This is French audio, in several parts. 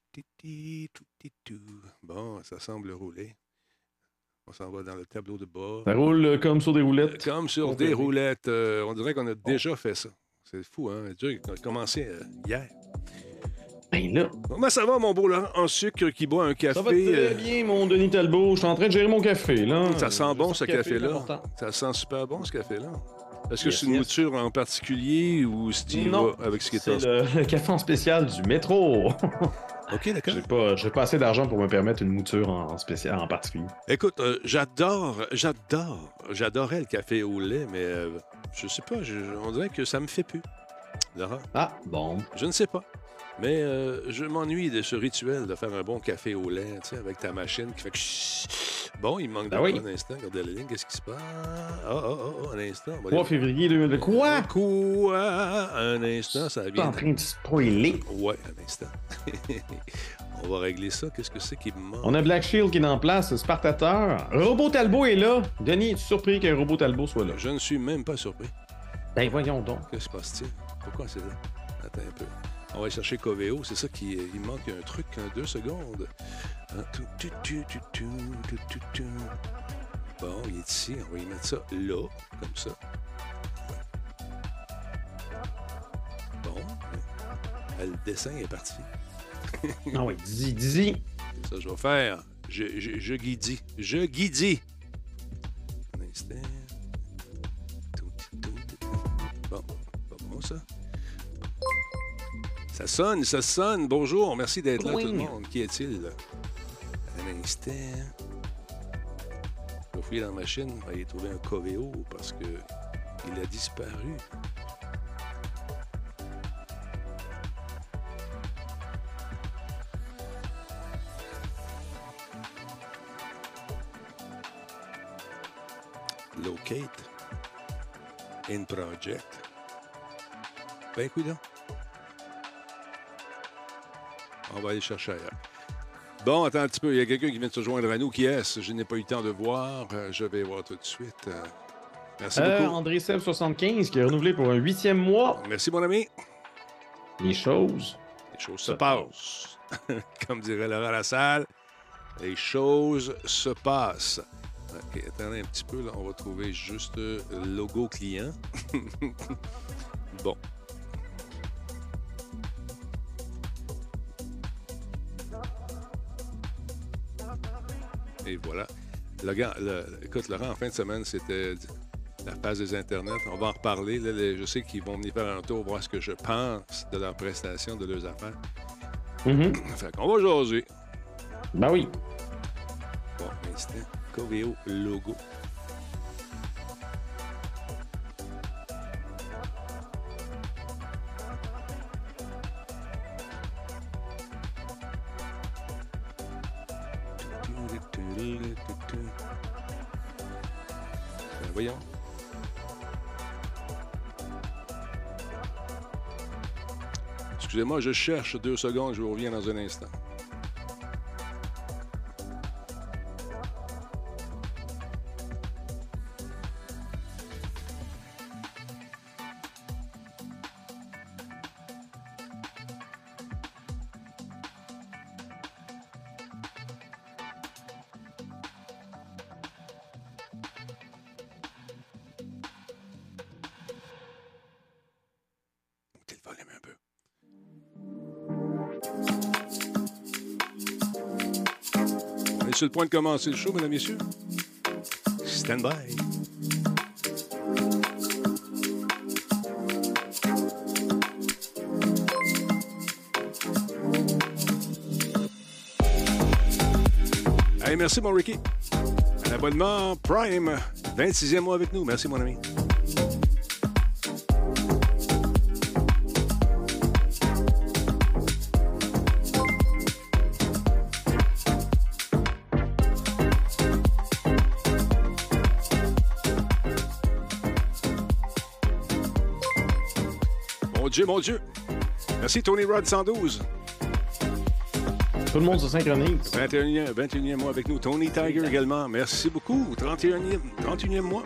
Bon, ça semble rouler. On s'en va dans le tableau de bord. Ça roule comme sur des roulettes. Comme sur des roulettes. On dirait qu'on a déjà fait ça. C'est fou, hein? On a commencé hier. Ben là. Comment ça va, mon beau Laurent? En sucre qui boit un café. Ça va très bien, mon Denis Talbot. Je suis en train de gérer mon café, là. Ça sent bon, ce café-là. Important. Ça sent super bon, ce café-là. Est-ce que c'est une mouture en particulier ou si tu vas avec ce qui est c'est le café en spécial du métro. OK, d'accord. J'ai pas assez d'argent pour me permettre une mouture en spécial, en particulier. Écoute, j'adorais le café au lait, mais je sais pas, on dirait que ça me fait plus. Laurent. Ah, bon. Je ne sais pas. Mais je m'ennuie de ce rituel de faire un bon café au lait, tu sais, avec ta machine qui fait que... Bon, il me manque un instant. Regardez la ligne, qu'est-ce qui se passe? Un instant. 3 février 2000. Quoi? Un instant, ça vient. T'es en train de spoiler. Ouais, un instant. On va régler ça. Qu'est-ce que c'est qui me manque? On a Black Shield qui est en place, Spartateur. Robot Talbot est là. Denis, es-tu surpris qu'un Robot Talbot soit là? Je ne suis même pas surpris. Ben voyons donc. Qu'est-ce qui se passe-t-il? Pourquoi c'est là? Attends un peu. On va aller chercher Coveo. C'est ça qui... Il manque un truc, 2 secondes. Bon, il est ici. On va y mettre ça là, comme ça. Bon. Le dessin est parti. Ah oui, dis. C'est ça que je vais faire. Je guidis. Je guidis. Un instant. Bon. Pas bon, ça. Ça sonne. Bonjour, merci d'être là, tout le monde. Qui est-il? Un instant. Je vais fouiller dans la machine, on va y trouver un Coveo parce que il a disparu. Locate. In project. Ben, écoute donc. On va aller chercher ailleurs. Bon, attends un petit peu. Il y a quelqu'un qui vient de se joindre à nous. Qui est-ce? Je n'ai pas eu le temps de voir. Je vais voir tout de suite. Merci beaucoup. André Seb 75 qui est renouvelé pour un 8e mois. Merci, mon ami. Les choses se passent. Comme dirait Laurent Lassalle, les choses se passent. OK, attendez un petit peu. Là, on va trouver juste le logo client. Bon. Et voilà. Écoute, Laurent, en fin de semaine, c'était la phase des Internets. On va en reparler. Là, je sais qu'ils vont venir faire un tour, voir ce que je pense de leur prestation, de leurs affaires. Fait qu'on va jaser. Ben oui. Bon, instant. Coveo logo. Voyons. Excusez-moi, je cherche 2 secondes, je vous reviens dans un instant. Sur le point de commencer le show, mesdames et messieurs. Stand by. Hey, merci, mon Ricky. Un abonnement Prime. 26e mois avec nous. Merci, mon ami. Mon Dieu. Merci, Tony Rod 112. Tout le monde se synchronise. 21e mois avec nous. Tony Tiger également. Merci beaucoup. 31e mois.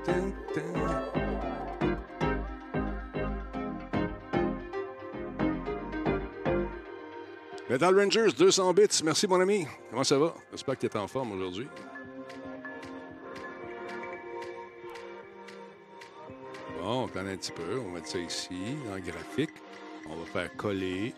Metal Rangers, 200 bits. Merci, mon ami. Comment ça va? J'espère que tu es en forme aujourd'hui. Bon, on plane un petit peu. On va mettre ça ici, dans le graphique. On va faire coller.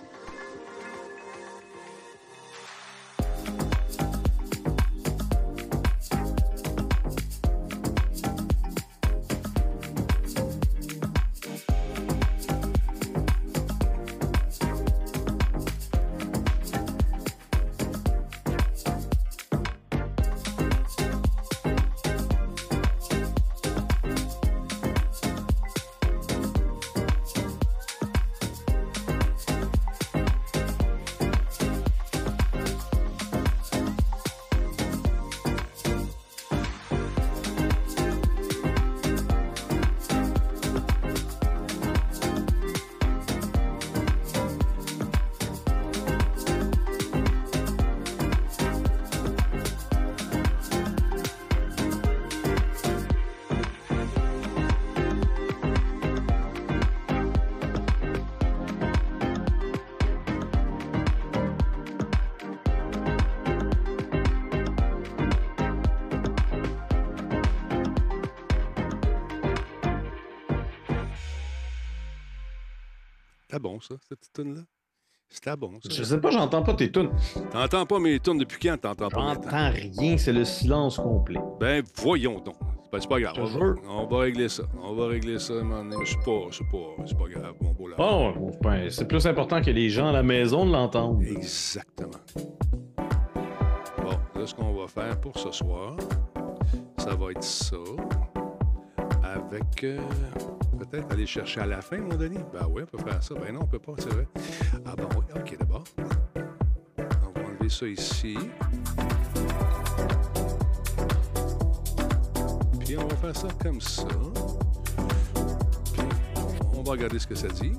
C'était bon, ça, cette petite toune-là? C'était bon, ça. Je sais pas, j'entends pas tes tunes. T'entends pas mes tunes depuis quand t'entends pas mes tunes? J'entends rien, c'est le silence complet. Ben, voyons donc. C'est pas grave. Toujours. On va régler ça. On va régler ça, man. C'est pas grave, mon beau là. Bon, ben, c'est plus important que les gens à la maison l'entendent. Exactement. Bon, là, ce qu'on va faire pour ce soir, ça va être ça. Avec... peut-être aller chercher à la fin, mon Denis? Ben oui, on peut faire ça. Ben non, on peut pas, c'est vrai. Ah bon, oui, OK, d'abord. On va enlever ça ici. Puis on va faire ça comme ça. Puis on va regarder ce que ça dit.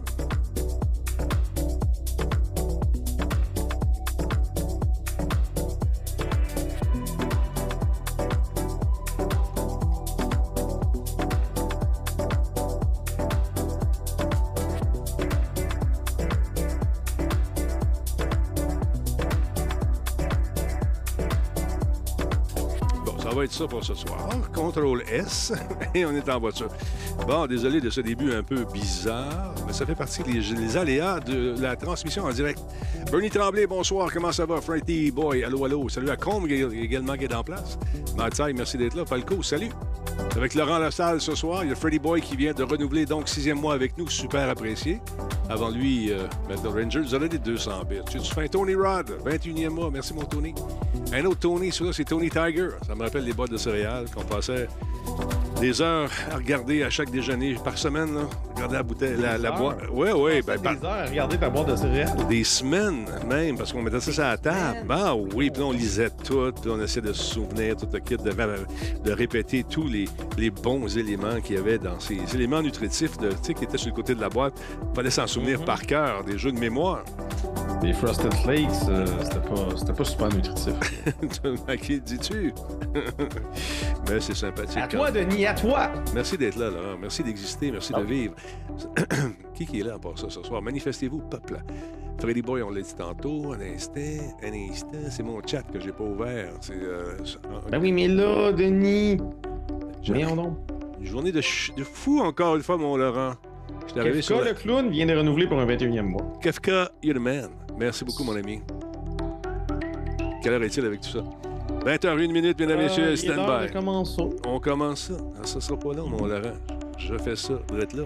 Ça va être ça pour ce soir. Contrôle S et on est en voiture. Bon, désolé de ce début un peu bizarre, mais ça fait partie des aléas de la transmission en direct. Bernie Tremblay, bonsoir, comment ça va? Frighty Boy, allô, allô. Salut à Combe également qui est en place. Matsai, merci d'être là. Falco, salut. Avec Laurent Lassalle ce soir, il y a Freddy Boy qui vient de renouveler donc 6e mois avec nous, super apprécié. Avant lui, Metal Ranger, vous avez des 200 bits. Tu fais un Tony Rod, 21e mois, merci mon Tony. Un autre Tony, celui-là, c'est Tony Tiger. Ça me rappelle les boîtes de céréales qu'on passait des heures à regarder à chaque déjeuner par semaine, là. Regarder la bouteille, la boîte. Oui, oui. Ben, des heures à regarder ta boîte de céréales. Des semaines même, parce qu'on mettait ça sur la table. Ah oui, puis là, on lisait tout, puis on essayait de se souvenir, tout le kit, de répéter tous les bons éléments qu'il y avait dans ces éléments nutritifs qui étaient sur le côté de la boîte. Il fallait s'en souvenir par cœur, des jeux de mémoire. Les Frosted Flakes, c'était pas super nutritif. À qui dis-tu? Mais c'est sympathique. À toi, Denis, à toi! Merci d'être là, Laurent. Merci d'exister, merci de vivre. Qui est là pour ça ce soir? Manifestez-vous, peuple. Freddy Boy, on l'a dit tantôt, un instant. C'est mon chat que j'ai pas ouvert. Ben oui, mais là, Denis... Voyons donc. Une journée de fou encore une fois, mon Laurent. Kefka, le clown, vient de renouveler pour un 21e mois. Kefka, you're the man. Merci beaucoup, mon ami. Quelle heure est-il avec tout ça? 20h01, mesdames et messieurs, stand-by. On commence ça. Ça sera pas long, mon Laurent. Je fais ça. Vous êtes là.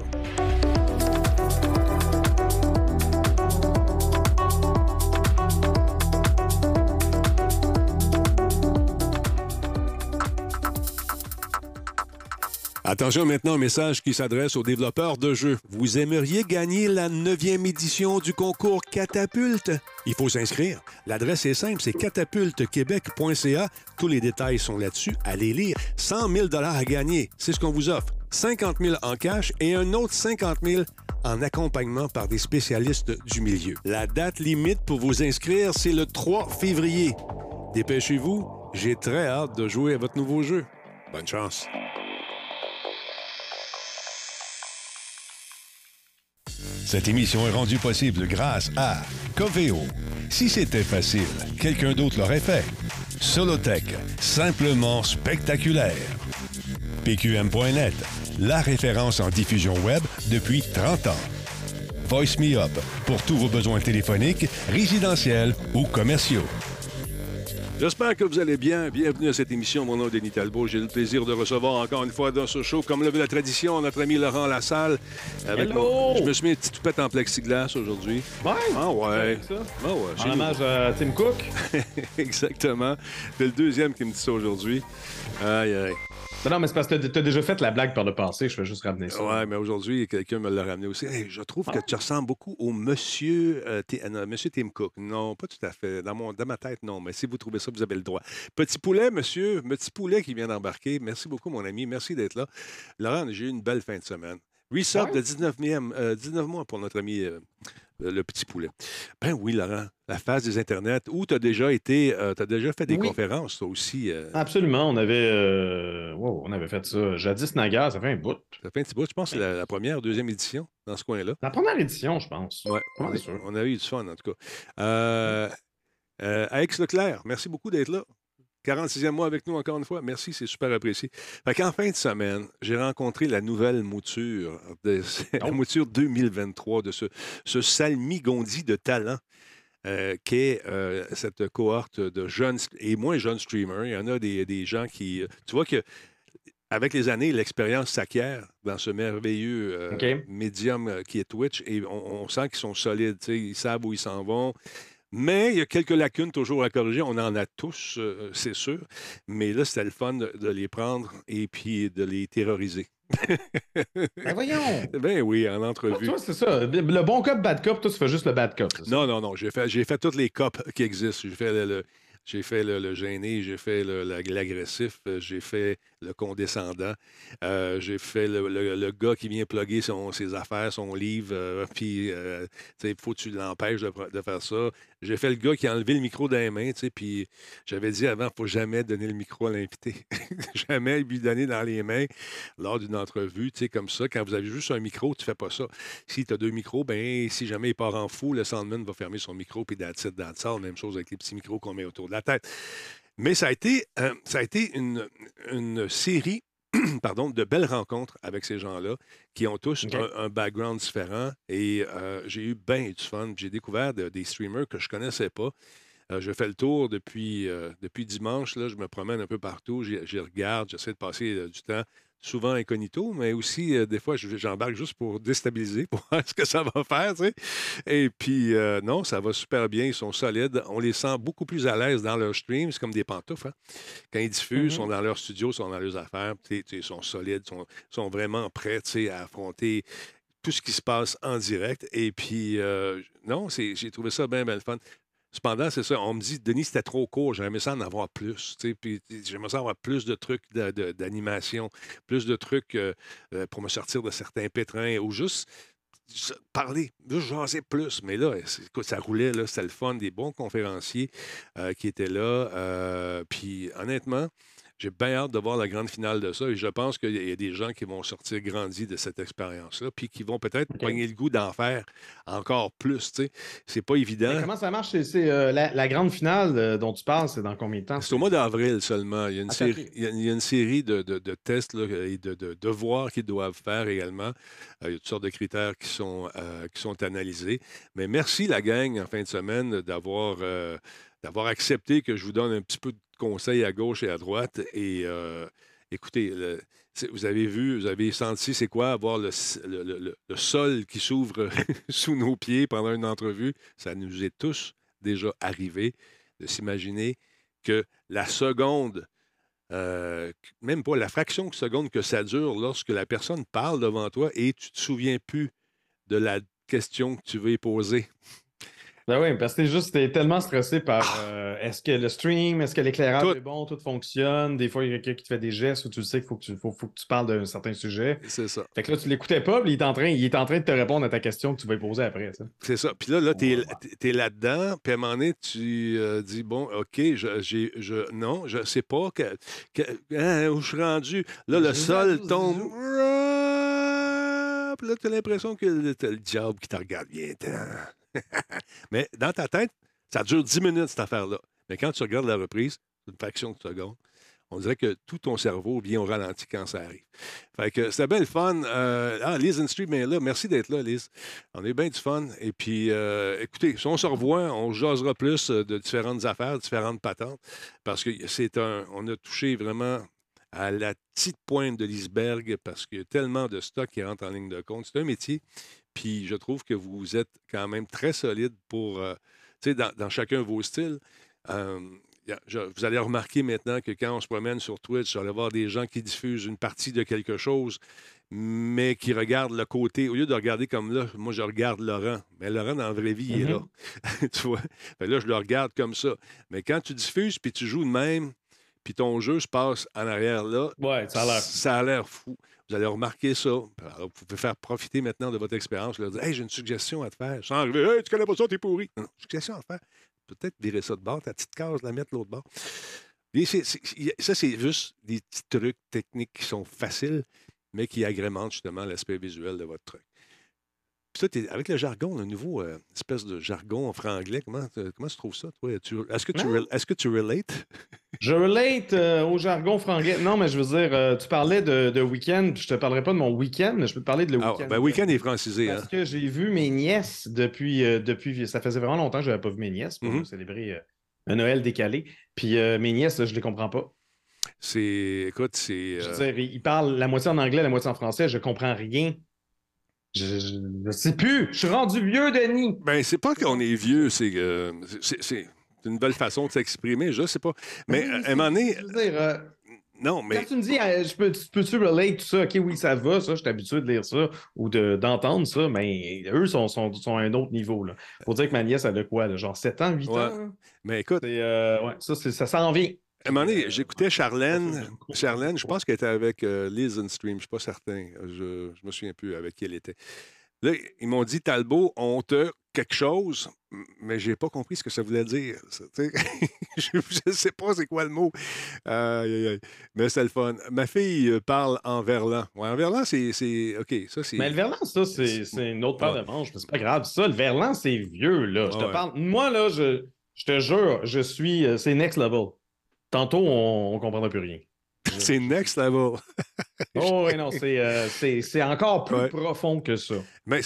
Attention maintenant au message qui s'adresse aux développeurs de jeux. Vous aimeriez gagner la 9e édition du concours Catapulte? Il faut s'inscrire. L'adresse est simple, c'est catapultequebec.ca. Tous les détails sont là-dessus. Allez lire. 100 000 $ à gagner. C'est ce qu'on vous offre. 50 000 en cash et un autre 50 000 en accompagnement par des spécialistes du milieu. La date limite pour vous inscrire, c'est le 3 février. Dépêchez-vous. J'ai très hâte de jouer à votre nouveau jeu. Bonne chance. Cette émission est rendue possible grâce à Coveo. Si c'était facile, quelqu'un d'autre l'aurait fait. Solotech, simplement spectaculaire. PQM.net, la référence en diffusion web depuis 30 ans. Voice Me Up, pour tous vos besoins téléphoniques, résidentiels ou commerciaux. J'espère que vous allez bien. Bienvenue à cette émission. Mon nom est Denis Talbot. J'ai le plaisir de recevoir encore une fois dans ce show, comme le veut la tradition, notre ami Laurent Lassalle. Hello! Je me suis mis une petite toupette en plexiglas aujourd'hui. Ouais! Ah ouais. Ça. Ah ouais. En hommage à Tim Cook. Exactement. C'est le deuxième qui me dit ça aujourd'hui. Aïe, aïe. Non, mais c'est parce que t'as déjà fait la blague par le passé. Je vais juste ramener ça. Ouais, mais aujourd'hui, quelqu'un me l'a ramené aussi. Hey, je trouve que tu ressembles beaucoup au monsieur, monsieur Tim Cook. Non, pas tout à fait. Dans ma tête, non. Mais si vous trouvez ça, vous avez le droit. Petit poulet, monsieur. Petit poulet qui vient d'embarquer. Merci beaucoup, mon ami. Merci d'être là. Laurent, j'ai eu une belle fin de semaine. Reset de 19 mois pour notre ami le petit poulet. Ben oui, Laurent. La phase des Internets, où tu as déjà fait des conférences, toi aussi. Absolument. On avait fait ça jadis naguère, ça fait un bout. Ça fait un petit bout. Je pense que c'est la première, deuxième édition dans ce coin-là. La première édition, je pense. Oui, on a eu du fun, en tout cas. Alex Leclerc, merci beaucoup d'être là. 46e mois avec nous, encore une fois. Merci, c'est super apprécié. Fait qu'en fin de semaine, j'ai rencontré la nouvelle mouture, la mouture 2023 de ce salmigondi de talent. Qu'est cette cohorte de jeunes et moins jeunes streamers. Il y en a des gens qui... tu vois que avec les années, l'expérience s'acquiert dans ce merveilleux médium qui est Twitch et on sent qu'ils sont solides. Ils savent où ils s'en vont. Mais il y a quelques lacunes toujours à corriger. On en a tous, c'est sûr. Mais là, c'était le fun de les prendre et puis de les terroriser. Ben voyons! Ben oui, en entrevue. Toi, c'est ça. Le bon cop, bad cop, toi, tu fais juste le bad cop. Non. J'ai fait toutes les cops qui existent. J'ai fait le gêné, j'ai fait l'agressif, j'ai fait le condescendant, j'ai fait le gars qui vient plugger ses affaires, son livre, puis il faut que tu l'empêches de faire ça. J'ai fait le gars qui a enlevé le micro dans les mains, puis j'avais dit avant, il ne faut jamais donner le micro à l'invité. Jamais lui donner dans les mains lors d'une entrevue, comme ça. Quand vous avez juste un micro, tu ne fais pas ça. Si tu as deux micros, ben si jamais il part en fou, le soundman va fermer son micro, puis that's it, that's all. Même chose avec les petits micros qu'on met autour de la tête. Mais ça a été une série pardon, de belles rencontres avec ces gens-là qui ont tous un background différent. Et j'ai eu bien du fun. J'ai découvert des streamers que je ne connaissais pas. Je fais le tour depuis dimanche. Là, je me promène un peu partout. J'y regarde. J'essaie de passer du temps souvent incognito, mais aussi, des fois, j'embarque juste pour déstabiliser, pour voir ce que ça va faire, tu sais. Et puis, non, ça va super bien. Ils sont solides. On les sent beaucoup plus à l'aise dans leur stream. C'est comme des pantoufles, hein? Quand ils diffusent, ils sont dans leur studio, ils sont dans leurs affaires. Ils sont solides, sont vraiment prêts, tu sais, à affronter tout ce qui se passe en direct. Et puis, non, j'ai trouvé ça bien, bien le fun. Cependant, c'est ça. On me dit, Denis, c'était trop court. J'aimerais aimé ça en avoir plus. Puis j'aimerais ça avoir plus de trucs d'animation, plus de trucs pour me sortir de certains pétrins ou juste parler, juste jaser plus. Mais là, écoute, ça roulait, là, c'était le fun, des bons conférenciers qui étaient là. Puis honnêtement, j'ai bien hâte de voir la grande finale de ça et je pense qu'il y a des gens qui vont sortir grandis de cette expérience-là puis qui vont peut-être pogner le goût d'en faire encore plus, tu sais. C'est pas évident. Mais comment ça marche? La grande finale dont tu parles, c'est dans combien de temps? C'est au mois d'avril seulement. Il y a une série, il y a une série de tests là, et de devoirs qu'ils doivent faire également. Il y a toutes sortes de critères qui sont analysés. Mais merci la gang en fin de semaine d'avoir accepté que je vous donne un petit peu de conseils à gauche et à droite. Et écoutez, vous avez vu, vous avez senti c'est quoi avoir le sol qui s'ouvre sous nos pieds pendant une entrevue. Ça nous est tous déjà arrivé de s'imaginer que la seconde, même pas la fraction de seconde que ça dure lorsque la personne parle devant toi et tu ne te souviens plus de la question que tu veux y poser. Ben oui, parce que t'es tellement stressé par est-ce que le stream, est-ce que l'éclairage est bon, tout fonctionne. Des fois, il y a quelqu'un qui te fait des gestes où tu sais qu'il faut que tu parles d'un certain sujet. C'est ça. Fait que là, tu l'écoutais pas, puis il est en train de te répondre à ta question que tu vas lui poser après. Ça. C'est ça. Puis là, t'es là-dedans, puis à un moment donné, tu dis, bon, OK, non, je sais pas où je suis rendu. Là, le sol tombe. puis là, tu as l'impression que t'as le diable qui te regarde bien. Mais dans ta tête, ça dure 10 minutes, cette affaire-là. Mais quand tu regardes la reprise, c'est une fraction de seconde. On dirait que tout ton cerveau vient au ralenti quand ça arrive. Fait que c'était bien le fun. Liz Stream est là. Merci d'être là, Liz. On a eu bien du fun. Et puis, écoutez, si on se revoit, on jasera plus de différentes affaires, différentes patentes, parce que on a touché vraiment à la petite pointe de l'iceberg parce qu'il y a tellement de stock qui rentre en ligne de compte. C'est un métier, puis je trouve que vous êtes quand même très solide pour, tu sais, dans chacun de vos styles. Vous allez remarquer maintenant que quand on se promène sur Twitch, vous allez voir des gens qui diffusent une partie de quelque chose, mais qui regardent le côté. Au lieu de regarder comme là, moi, je regarde Laurent. Mais Laurent, dans la vraie vie, il est là. Tu vois? Fait là, je le regarde comme ça. Mais quand tu diffuses puis tu joues de même, puis ton jeu se passe en arrière là, ouais, ça a l'air fou. Vous allez remarquer ça. Alors, vous pouvez faire profiter maintenant de votre expérience. Leur dire, hey, j'ai une suggestion à te faire. Sans arriver, hey, tu connais pas ça, t'es pourri. Non, suggestion à te faire. Peut-être virer ça de bord, ta petite case, la mettre de l'autre bord. Et ça, c'est juste des petits trucs techniques qui sont faciles, mais qui agrémentent justement l'aspect visuel de votre truc. Puis ça, avec le jargon, le nouveau espèce de jargon en franglais, comment tu trouves ça, toi? Est-ce que tu relates? Je relate au jargon franglais. Non, mais je veux dire, tu parlais de week-end, je te parlerai pas de mon week-end, mais je peux te parler de le week-end. Ben, week-end est francisé. Parce que j'ai vu mes nièces depuis. Ça faisait vraiment longtemps que je n'avais pas vu mes nièces pour célébrer un Noël décalé. Puis mes nièces, je les comprends pas. Écoute, Je veux dire, ils parlent la moitié en anglais, la moitié en français, je comprends rien. Je sais plus. Je suis rendu vieux, Denis. Ben, c'est pas qu'on est vieux, c'est une belle façon de s'exprimer, je sais pas. Mais à un moment donné. Je veux dire, non, mais. Quand tu me dis, peux-tu relate tout ça? OK, oui, ça va, ça, je suis habitué de lire ça ou d'entendre ça, mais eux sont à un autre niveau. Il faut dire que ma nièce, elle a quoi? Genre 7 ans, 8 ans? Mais écoute. Ça s'en vient. À un moment donné, j'écoutais Charlène. Charlène, je pense qu'elle était avec Liz Stream, je ne suis pas certain. Je me souviens plus avec qui elle était. Là, ils m'ont dit, Talbot, on te quelque chose, mais j'ai pas compris ce que ça voulait dire. Je ne sais pas c'est quoi le mot. Mais c'est le fun. Ma fille parle en verlan. Ouais, en verlan, c'est... OK, ça, c'est... Mais le verlan, ça, c'est une autre paire de manches. C'est pas grave. Ça, le verlan, c'est vieux, là. Je te parle... Moi, là, je te jure, c'est next level. Tantôt, on ne comprendra plus rien. C'est next level. Oh, oui, non, c'est encore plus profond que ça. Mais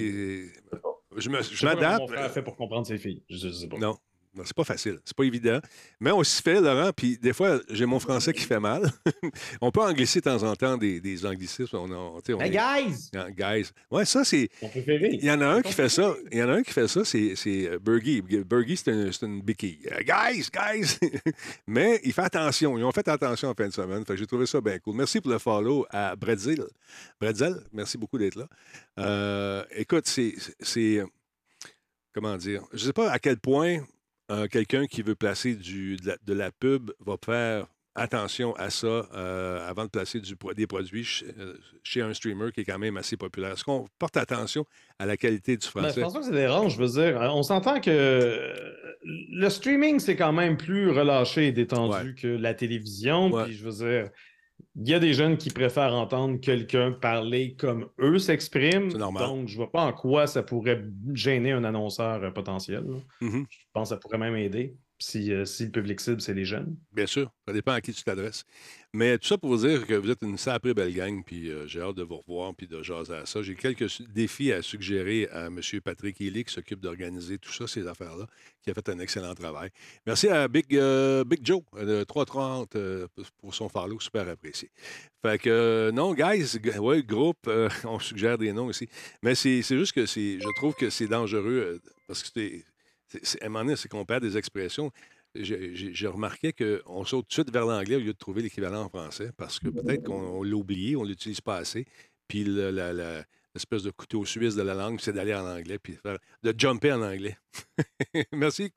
je m'adapte. Mon frère fait pour comprendre ses filles. Je sais pas. Non, c'est pas facile. C'est pas évident. Mais on s'y fait, Laurent, puis des fois, j'ai mon français qui fait mal. On peut anglisser de temps en temps des anglicismes. Hey, guys! Guys. Ouais, ça, c'est... On peut faire rire. Il y en a un qui fait ça. Il y en a un qui fait ça, c'est Bergie. Bergie, c'est une béquille. Guys! Mais il fait attention. Ils ont fait attention en fin de semaine. Fait que j'ai trouvé ça bien cool. Merci pour le follow à Bretzel. Merci beaucoup d'être là. Écoute, c'est comment dire? Je ne sais pas à quel point quelqu'un qui veut placer de la pub va faire attention à ça avant de placer des produits chez un streamer qui est quand même assez populaire. Est-ce qu'on porte attention à la qualité du français? Je pense pas que ça dérange. Je veux dire, on s'entend que le streaming, c'est quand même plus relâché et détendu que la télévision. Puis je veux dire, il y a des jeunes qui préfèrent entendre quelqu'un parler comme eux s'expriment. C'est normal. Donc, je ne vois pas en quoi ça pourrait gêner un annonceur potentiel. Je pense que ça pourrait même aider si le public cible, c'est les jeunes. Bien sûr, ça dépend à qui tu t'adresses. Mais tout ça pour vous dire que vous êtes une sacrée belle gang, puis j'ai hâte de vous revoir puis de jaser à ça. J'ai quelques défis à suggérer à M. Patrick Healy qui s'occupe d'organiser tout ça, ces affaires-là, qui a fait un excellent travail. Merci à Big Joe de 330 pour son follow, super apprécié. Fait que non, guys, groupe, on suggère des noms aussi. Mais c'est juste que je trouve que c'est dangereux parce que à un moment donné, c'est qu'on perd des expressions. J'ai remarqué qu'on saute tout de suite vers l'anglais au lieu de trouver l'équivalent en français parce que peut-être qu'on l'a oublié, on ne l'utilise pas assez. Puis l'espèce de couteau suisse de la langue, c'est d'aller en anglais puis de jumper en anglais. Merci,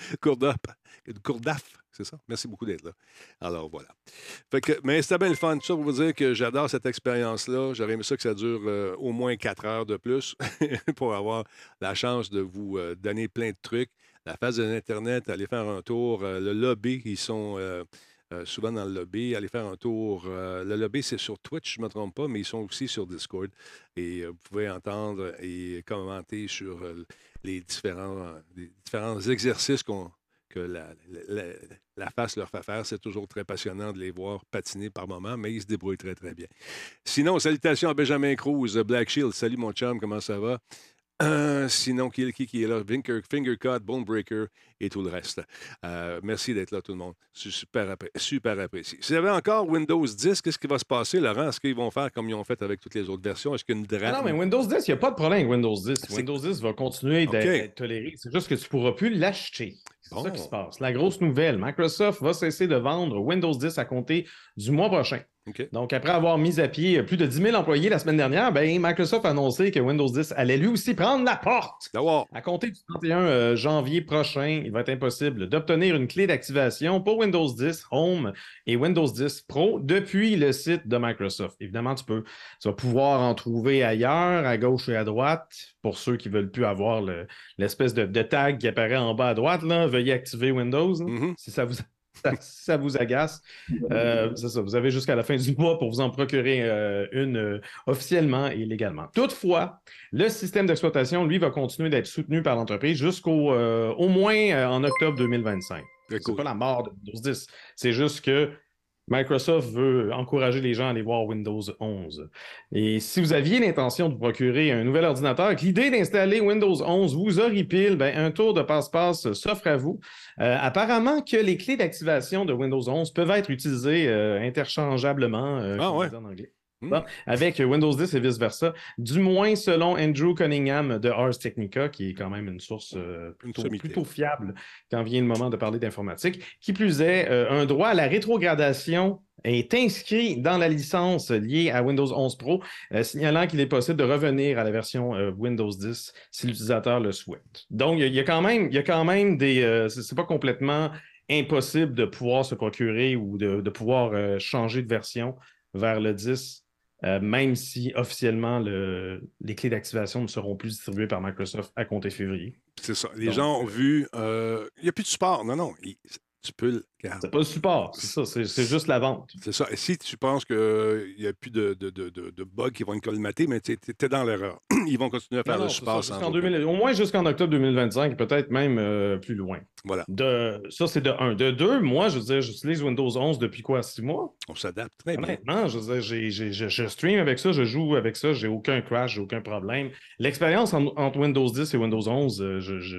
Courdaf, c'est ça? Merci beaucoup d'être là. Alors, voilà. Mais c'était bien le fun. Tout ça pour vous dire que j'adore cette expérience-là. J'aurais aimé ça que ça dure au moins 4 heures de plus pour avoir la chance de vous donner plein de trucs. La phase de l'Internet, aller faire un tour. Le lobby, ils sont souvent dans le lobby, allez faire un tour. Le lobby, c'est sur Twitch, je ne me trompe pas, mais ils sont aussi sur Discord. Et vous pouvez entendre et commenter sur les différents exercices que la face leur fait faire. C'est toujours très passionnant de les voir patiner par moments, mais ils se débrouillent très, très bien. Sinon, salutations à Benjamin Cruz, Black Shield. Salut mon chum, comment ça va? Sinon, qui est là? Fingercut, Bonebreaker et tout le reste. Merci d'être là, tout le monde. C'est super apprécié. Si vous avez encore Windows 10, qu'est-ce qui va se passer, Laurent? Est-ce qu'ils vont faire comme ils ont fait avec toutes les autres versions? Est-ce qu'il y a une drape? Non, mais Windows 10, il n'y a pas de problème avec Windows 10. Windows 10 va continuer d'être toléré. C'est juste que tu ne pourras plus l'acheter. C'est ça qui se passe. La grosse nouvelle, Microsoft va cesser de vendre Windows 10 à compter du mois prochain. Donc, après avoir mis à pied plus de 10 000 employés la semaine dernière, Microsoft a annoncé que Windows 10 allait lui aussi prendre la porte. À compter du 31 janvier prochain, il va être impossible d'obtenir une clé d'activation pour Windows 10 Home et Windows 10 Pro depuis le site de Microsoft. Évidemment, tu vas pouvoir en trouver ailleurs, à gauche et à droite, pour ceux qui ne veulent plus avoir l'espèce de tag qui apparaît en bas à droite. Là, veuillez activer Windows, si ça vous agace. C'est ça, vous avez jusqu'à la fin du mois pour vous en procurer une officiellement et légalement. Toutefois, le système d'exploitation, lui, va continuer d'être soutenu par l'entreprise jusqu'au au moins en octobre 2025. C'est pas la mort de Windows 10. C'est juste que Microsoft veut encourager les gens à aller voir Windows 11. Et si vous aviez l'intention de vous procurer un nouvel ordinateur, avec l'idée d'installer Windows 11 vous horripile, un tour de passe-passe s'offre à vous. Apparemment que les clés d'activation de Windows 11 peuvent être utilisées interchangeablement, en anglais. Avec Windows 10 et vice-versa, du moins selon Andrew Cunningham de Ars Technica, qui est quand même une source plutôt fiable quand vient le moment de parler d'informatique. Qui plus est, un droit à la rétrogradation est inscrit dans la licence liée à Windows 11 Pro, signalant qu'il est possible de revenir à la version Windows 10 si l'utilisateur le souhaite. Donc, il y a quand même des... c'est pas complètement impossible de pouvoir se procurer ou de pouvoir changer de version vers le 10, même si officiellement les clés d'activation ne seront plus distribuées par Microsoft à compter février. C'est ça. Les gens ont vu... Il n'y a plus de support. Non. Tu peux le garder. C'est pas le support, c'est ça. C'est juste la vente. C'est ça. Et si tu penses qu'il n'y a plus de bugs qui vont être colmatés, mais tu es dans l'erreur. Ils vont continuer à faire le support sans au moins jusqu'en octobre 2025, peut-être même plus loin. Voilà. Ça, c'est de 1. De 2, moi, je veux dire, j'utilise Windows 11 depuis quoi, 6 mois? On s'adapte très bien. Honnêtement, je veux dire, je stream avec ça, je joue avec ça, j'ai aucun crash, j'ai aucun problème. L'expérience entre Windows 10 et Windows 11,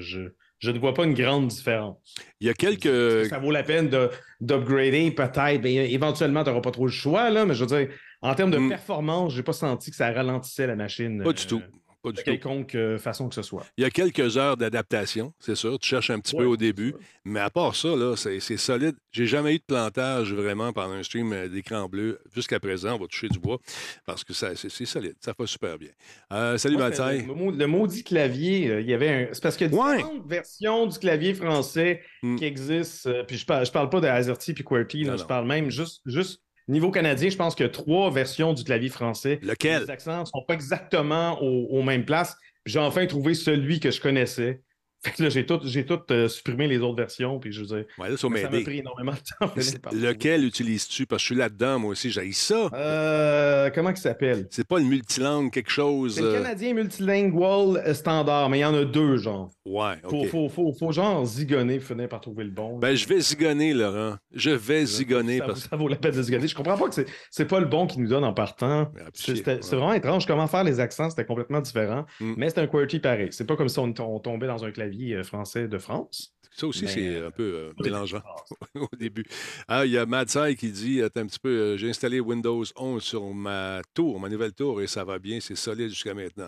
je ne vois pas une grande différence. Il y a quelques... Ça vaut la peine d'upgrader peut-être. Éventuellement, tu n'auras pas trop le choix, là, mais je veux dire, en termes de performance, je n'ai pas senti que ça ralentissait la machine. Pas du tout. De quelconque façon que ce soit. Il y a quelques heures d'adaptation, c'est sûr. Tu cherches un petit peu au début. Mais à part ça, là, c'est solide. J'ai jamais eu de plantage vraiment pendant un stream d'écran bleu. Jusqu'à présent, on va toucher du bois parce que c'est solide. Ça va super bien. Salut, Mathieu. Le maudit clavier, il y avait c'est parce qu'il y a différentes versions du clavier français qui existent. Puis je parle pas de AZERTY puis QWERTY. Je parle même juste niveau canadien, je pense qu'il y a 3 versions du clavier français. Lequel? Les accents ne sont pas exactement aux mêmes places. J'ai enfin trouvé celui que je connaissais. Fait que là, j'ai tout supprimé les autres versions. Puis je veux dire, là, ça m'a pris énormément de temps. Lequel utilises-tu? Parce que je suis là-dedans, moi aussi. J'haïs ça. Comment il s'appelle? C'est pas le multilangue quelque chose. C'est le canadien multilingual standard, mais il y en a 2, genre. Ouais, OK. Faut genre zigonner pour finir par trouver le bon. Je vais zigonner, Laurent. Je vais zigonner. Ça vaut la peine de zigonner. Je comprends pas que c'est pas le bon qui nous donne en partant. C'est vraiment étrange. Comment faire les accents, c'était complètement différent. Mais c'est un QWERTY pareil. C'est pas comme si on tombait dans un clavier français de France. Ça aussi, c'est un peu mélangeant au début. Il y a Madsai qui dit, attends un petit peu, j'ai installé Windows 11 sur ma nouvelle tour, et ça va bien, c'est solide jusqu'à maintenant.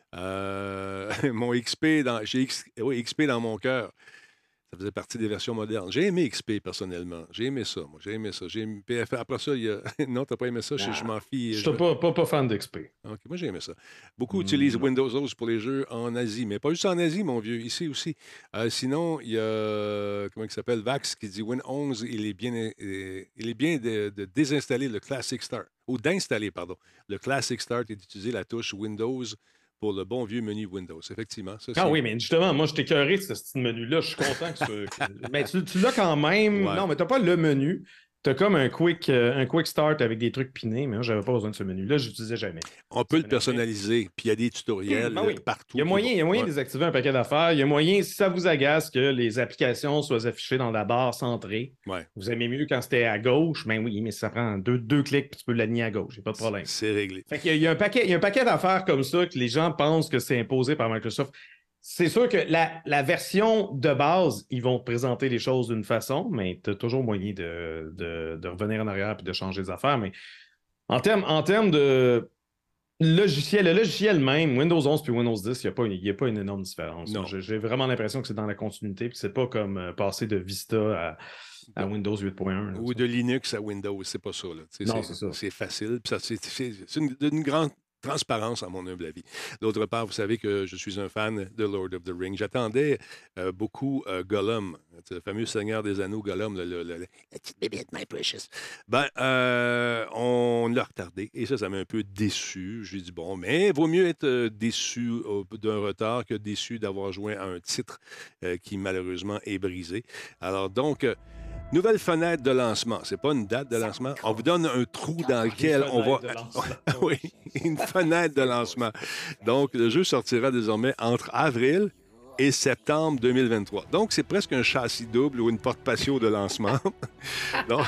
Mon XP, j'ai XP dans mon cœur. Ça faisait partie des versions modernes. J'ai aimé XP, personnellement. J'ai aimé ça, moi. J'ai aimé PFF. Après ça, il y a... Non, t'as pas aimé ça? Je m'en fiche. Je suis pas fan d'XP. OK, moi, j'ai aimé ça. Beaucoup utilisent Windows 11 pour les jeux en Asie, mais pas juste en Asie, mon vieux. Ici aussi. Sinon, il y a... Comment il s'appelle? Vax qui dit Win 11, il est bien de désinstaller le Classic Start. Ou d'installer, pardon. Le Classic Start et d'utiliser la touche Windows pour le bon vieux menu Windows, effectivement. Ça, oui, mais justement, moi, je t'ai écœuré de ce menu-là. Je suis content que mais tu l'as quand même. Ouais. Non, mais tu n'as pas le menu. as comme un quick start avec des trucs pinés, mais moi, j'avais pas besoin de ce menu-là, je l'utilisais jamais. On peut le personnaliser, puis il y a des tutoriels partout. Il y a moyen de désactiver un paquet d'affaires. Il y a moyen, si ça vous agace, que les applications soient affichées dans la barre centrée. Ouais. Vous aimez mieux quand c'était à gauche, ben oui, mais ça prend deux clics, puis tu peux l'aligner à gauche, il n'y a pas de problème. C'est réglé. Fait qu'il y a un paquet d'affaires comme ça que les gens pensent que c'est imposé par Microsoft. C'est sûr que la version de base, ils vont te présenter les choses d'une façon, mais tu as toujours moyen de revenir en arrière et de changer les affaires. Mais en termes de le logiciel même, Windows 11 puis Windows 10, il n'y a pas une énorme différence. J'ai vraiment l'impression que c'est dans la continuité, puis c'est pas comme passer de Vista à Windows 8.1. Ou de Linux à Windows, c'est pas ça. Là. Non, c'est ça. C'est facile, puis c'est une grande transparence, à mon humble avis. D'autre part, vous savez que je suis un fan de Lord of the Rings. J'attendais beaucoup Gollum, le fameux Seigneur des Anneaux, Gollum, la petite bébête, my precious. On l'a retardé, et ça m'a un peu déçu. J'ai dit, bon, mais vaut mieux être déçu d'un retard que déçu d'avoir joué à un titre qui, malheureusement, est brisé. Alors, donc... nouvelle fenêtre de lancement. C'est pas une date de lancement. On vous donne un trou dans lequel on va... oui, une fenêtre de lancement. Donc, le jeu sortira désormais entre avril et septembre 2023. Donc, c'est presque un châssis double ou une porte patio de lancement. Donc...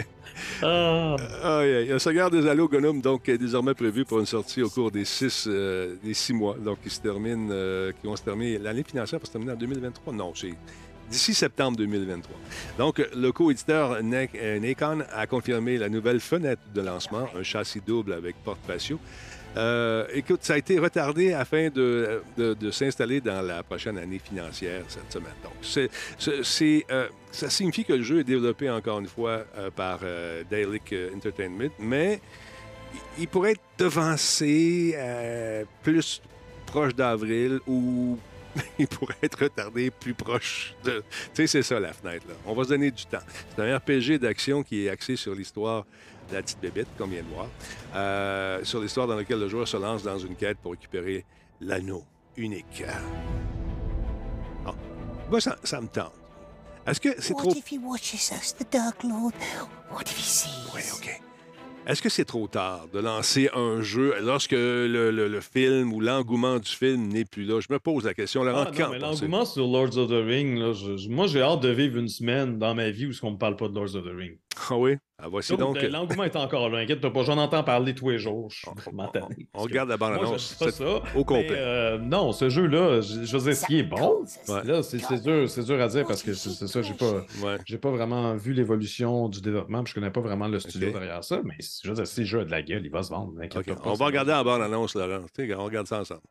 Le Seigneur des Anneaux Gollum donc est désormais prévu pour une sortie au cours des 6 mois. Donc, qui vont se terminer... L'année financière va se terminer en 2023? Non, c'est... d'ici septembre 2023. Donc, le co-éditeur Nacon a confirmé la nouvelle fenêtre de lancement, un châssis double avec porte patio. Écoute, ça a été retardé afin de s'installer dans la prochaine année financière cette semaine. Donc, ça signifie que le jeu est développé encore une fois par Daedalic Entertainment, mais il pourrait être devancé plus proche d'avril ou il pourrait être retardé plus proche de... Tu sais, c'est ça, la fenêtre, là. On va se donner du temps. C'est un RPG d'action qui est axé sur l'histoire de la petite bébête, qu'on vient de voir, sur l'histoire dans laquelle le joueur se lance dans une quête pour récupérer l'anneau unique. Ah. Moi, ça me tente. Est-ce que c'est trop... What if he watches us, the Dark Lord? What if he sees? Oui, OK. Est-ce que c'est trop tard de lancer un jeu lorsque le film ou l'engouement du film n'est plus là? Je me pose la question. Laurent, l'engouement sur Lords of the Rings, là, moi, j'ai hâte de vivre une semaine dans ma vie où on ne me parle pas de Lords of the Rings. Ah oui? Ah, voici donc... l'engouement est encore là, inquiète-toi pas. J'en entends parler tous les jours. On regarde la bande-annonce au complet. Mais, non, ce jeu-là, je veux dire, ce qui est bon, là, c'est dur à dire parce que c'est ça, j'ai pas vraiment vu l'évolution du développement, puis je connais pas vraiment le studio derrière ça, mais je veux dire, si le jeu a de la gueule, il va se vendre. Okay. On va regarder la bande-annonce, Laurent. On regarde ça ensemble.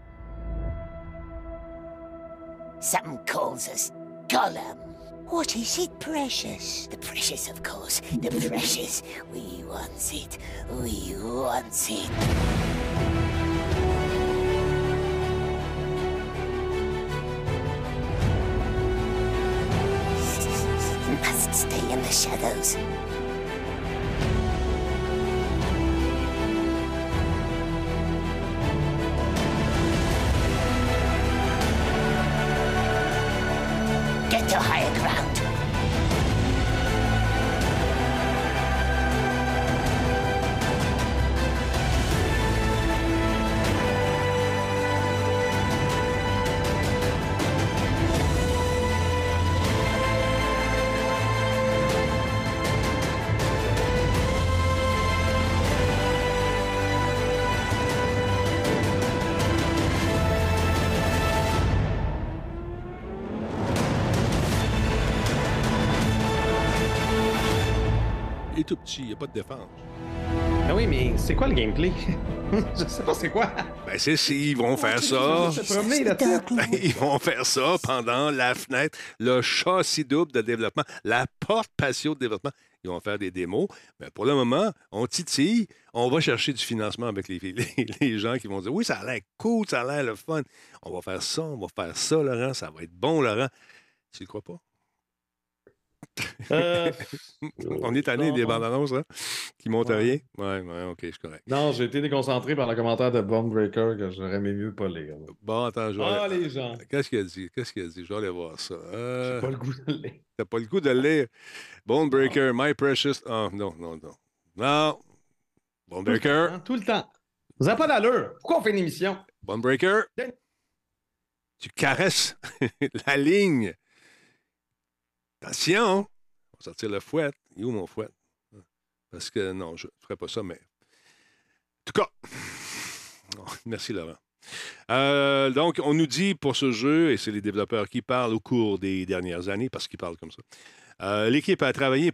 Something calls us Gollum. What is it, precious? The precious, of course. The precious. We want it. We want it. Must stay in the shadows. Get to higher ground. Tout petit, il n'y a pas de défense. Ah oui, mais c'est quoi le gameplay? Je sais pas c'est quoi. Ben c'est si, ils vont faire ça. Ils vont faire ça pendant la fenêtre, le châssis double de développement, la porte patio de développement. Ils vont faire des démos. Mais pour le moment, on titille. On va chercher du financement avec les gens qui vont dire « Oui, ça a l'air cool, ça a l'air le fun. On va faire ça, Laurent. Ça va être bon, Laurent. » Tu le crois pas? On est tanné des bandes annonces, hein, qui montent à rien. Ouais, OK, c'est correct. Non, j'ai été déconcentré par le commentaire de Bonebreaker que j'aurais aimé mieux pas lire. Bon, attends, je vais aller... les gens. Qu'est-ce qu'il a dit? Je vais aller voir ça. J'ai pas le goût de le lire. T'as pas le goût de le lire? Bonebreaker, My Precious... Oh, non. Non! Bonebreaker. Tout le temps. Vous n'avez pas d'allure. Pourquoi on fait une émission? Bonebreaker. Tu caresses la ligne. Attention! On va sortir le fouet. Il est où mon fouet? Parce que non, je ne ferai pas ça, mais. En tout cas, merci Laurent. Donc, on nous dit pour ce jeu, et c'est les développeurs qui parlent au cours des dernières années, parce qu'ils parlent comme ça, l'équipe a travaillé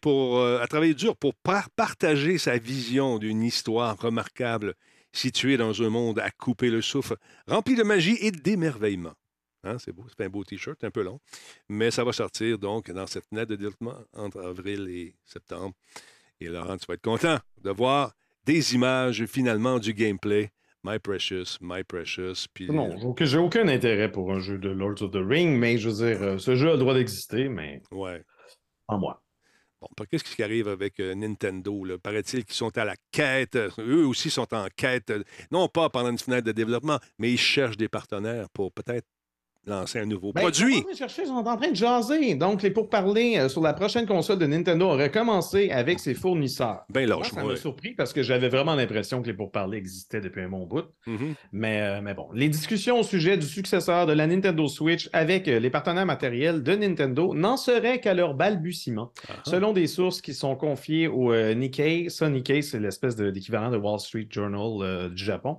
dur pour partager sa vision d'une histoire remarquable située dans un monde à couper le souffle, rempli de magie et d'émerveillement. Hein, c'est beau, c'est un beau T-shirt, un peu long, mais ça va sortir donc dans cette fenêtre de développement entre avril et septembre. Et Laurent, tu vas être content de voir des images finalement du gameplay. My Precious. Puis... Non, j'ai aucun intérêt pour un jeu de Lord of the Rings, mais je veux dire, ce jeu a le droit d'exister, mais ouais. En moi. Bon, qu'est-ce qui arrive avec Nintendo? Là? Paraît-il qu'ils sont à la quête. Eux aussi sont en quête, non pas pendant une fenêtre de développement, mais ils cherchent des partenaires pour peut-être lancer un nouveau produit. Ils sont en train de jaser. Donc, les pourparlers sur la prochaine console de Nintendo auraient commencé avec ses fournisseurs. Ben lâche, ça m'a surpris parce que j'avais vraiment l'impression que les pourparlers existaient depuis un bon bout. Mm-hmm. Mais bon, les discussions au sujet du successeur de la Nintendo Switch avec les partenaires matériels de Nintendo n'en seraient qu'à leur balbutiement. Selon des sources qui sont confiées au Nikkei. Ça, Nikkei, c'est l'espèce d'équivalent de Wall Street Journal du Japon.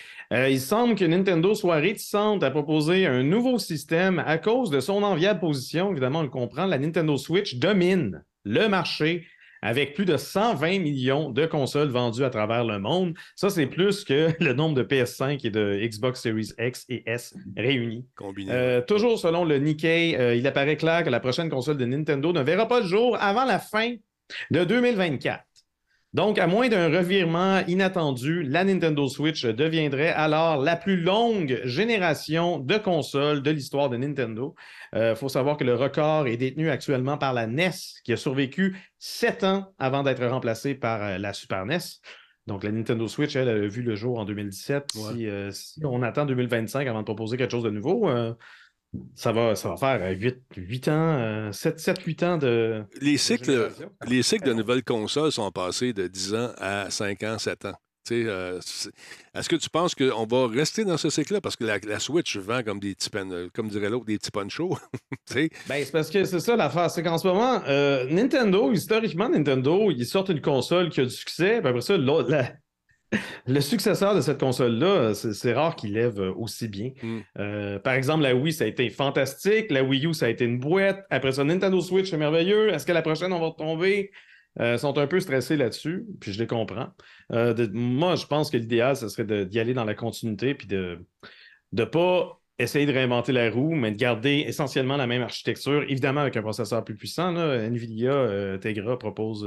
Il semble que Nintendo soit réticente à proposer un nouveau système à cause de son enviable position. Évidemment, on le comprend, la Nintendo Switch domine le marché avec plus de 120 millions de consoles vendues à travers le monde. Ça, c'est plus que le nombre de PS5 et de Xbox Series X et S réunis. Toujours selon le Nikkei, il apparaît clair que la prochaine console de Nintendo ne verra pas le jour avant la fin de 2024. Donc, à moins d'un revirement inattendu, la Nintendo Switch deviendrait alors la plus longue génération de consoles de l'histoire de Nintendo. Faut savoir que le record est détenu actuellement par la NES, qui a survécu 7 ans avant d'être remplacée par la Super NES. Donc, la Nintendo Switch, elle a vu le jour en 2017. Ouais. Si on attend 2025 avant de proposer quelque chose de nouveau... Ça va faire 8 ans, 7-8 ans de... Les cycles de nouvelles consoles sont passés de 10 ans à 5 ans, 7 ans. Est-ce que tu penses qu'on va rester dans ce cycle-là? Parce que la Switch vend comme des petits comme dirait l'autre, des petits ponchos. Ben, c'est parce que c'est ça l'affaire. C'est qu'en ce moment, Nintendo, historiquement, ils sortent une console qui a du succès. Puis après ça, le successeur de cette console-là, c'est rare qu'il lève aussi bien. Par exemple, la Wii, ça a été fantastique. La Wii U, ça a été une boîte. Après ça, Nintendo Switch, c'est merveilleux. Est-ce que la prochaine, on va retomber? Ils sont un peu stressés là-dessus, puis je les comprends. Moi, je pense que l'idéal, ce serait d'y aller dans la continuité, puis de ne pas essayer de réinventer la roue, mais de garder essentiellement la même architecture, évidemment avec un processeur plus puissant. Là. NVIDIA, Tegra propose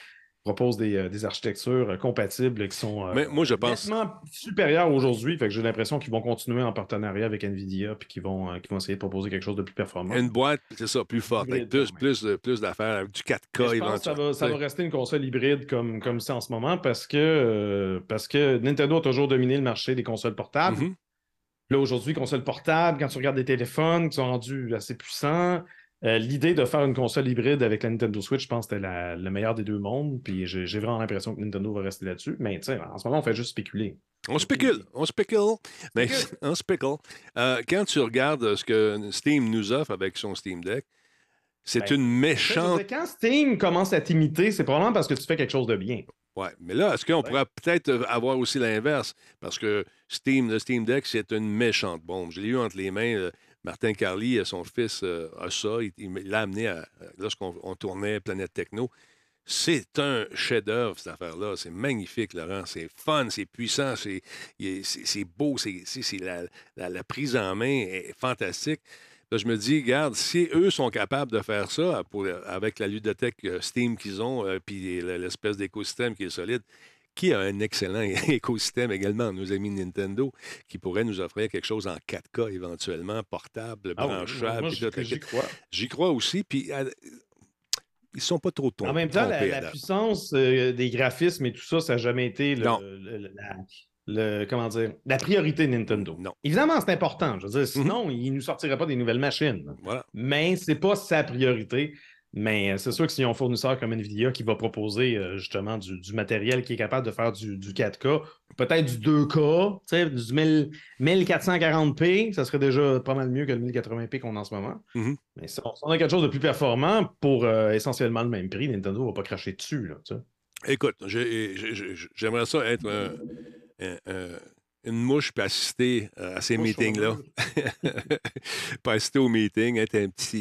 des architectures compatibles qui sont moi, je pense... supérieures aujourd'hui. Fait que j'ai l'impression qu'ils vont continuer en partenariat avec NVIDIA puis qu'ils vont essayer de proposer quelque chose de plus performant. Une boîte, c'est ça, plus forte, avec plus d'affaires, avec du 4K éventuellement. Ça va rester une console hybride comme c'est en ce moment parce que Nintendo a toujours dominé le marché des consoles portables. Mm-hmm. Là, aujourd'hui, consoles portables, quand tu regardes des téléphones qui sont rendus assez puissants, l'idée de faire une console hybride avec la Nintendo Switch, je pense que c'était le meilleur des deux mondes. Puis j'ai vraiment l'impression que Nintendo va rester là-dessus. Mais tu sais, en ce moment, on fait juste spéculer. On spécule. Mais on spécule. Quand tu regardes ce que Steam nous offre avec son Steam Deck, c'est une méchante... Quand Steam commence à t'imiter, c'est probablement parce que tu fais quelque chose de bien. Oui, mais là, est-ce qu'on pourrait peut-être avoir aussi l'inverse? Parce que le Steam Deck, c'est une méchante bombe. Je l'ai eu entre les mains... Martin Carly, son fils, a ça. Il l'a amené lorsqu'on tournait Planète Techno. C'est un chef-d'œuvre, cette affaire-là. C'est magnifique, Laurent. C'est fun, c'est puissant, c'est beau. La prise en main est fantastique. Là, je me dis, regarde, si eux sont capables de faire ça avec la ludothèque Steam qu'ils ont, puis l'espèce d'écosystème qui est solide, qui a un excellent écosystème également, nos amis Nintendo, qui pourrait nous offrir quelque chose en 4K éventuellement, portable, branchable. Moi, j'y crois. J'y crois aussi. Puis Ils ne sont pas trop En même temps, la puissance des graphismes et tout ça, ça n'a jamais été comment dire, la priorité de Nintendo. Non. Évidemment, c'est important. Je veux dire, sinon, ils ne nous sortiraient pas des nouvelles machines. Voilà. Mais ce n'est pas sa priorité. Mais c'est sûr que s'il y a un fournisseur comme NVIDIA qui va proposer justement du matériel qui est capable de faire du 4K, peut-être du 2K, du 1440p, ça serait déjà pas mal mieux que le 1080p qu'on a en ce moment. Mais si on a quelque chose de plus performant pour essentiellement le même prix, Nintendo ne va pas cracher dessus. Là, écoute, j'aimerais ça être une mouche puis assister à ces meetings-là. Pas assister aux meetings, être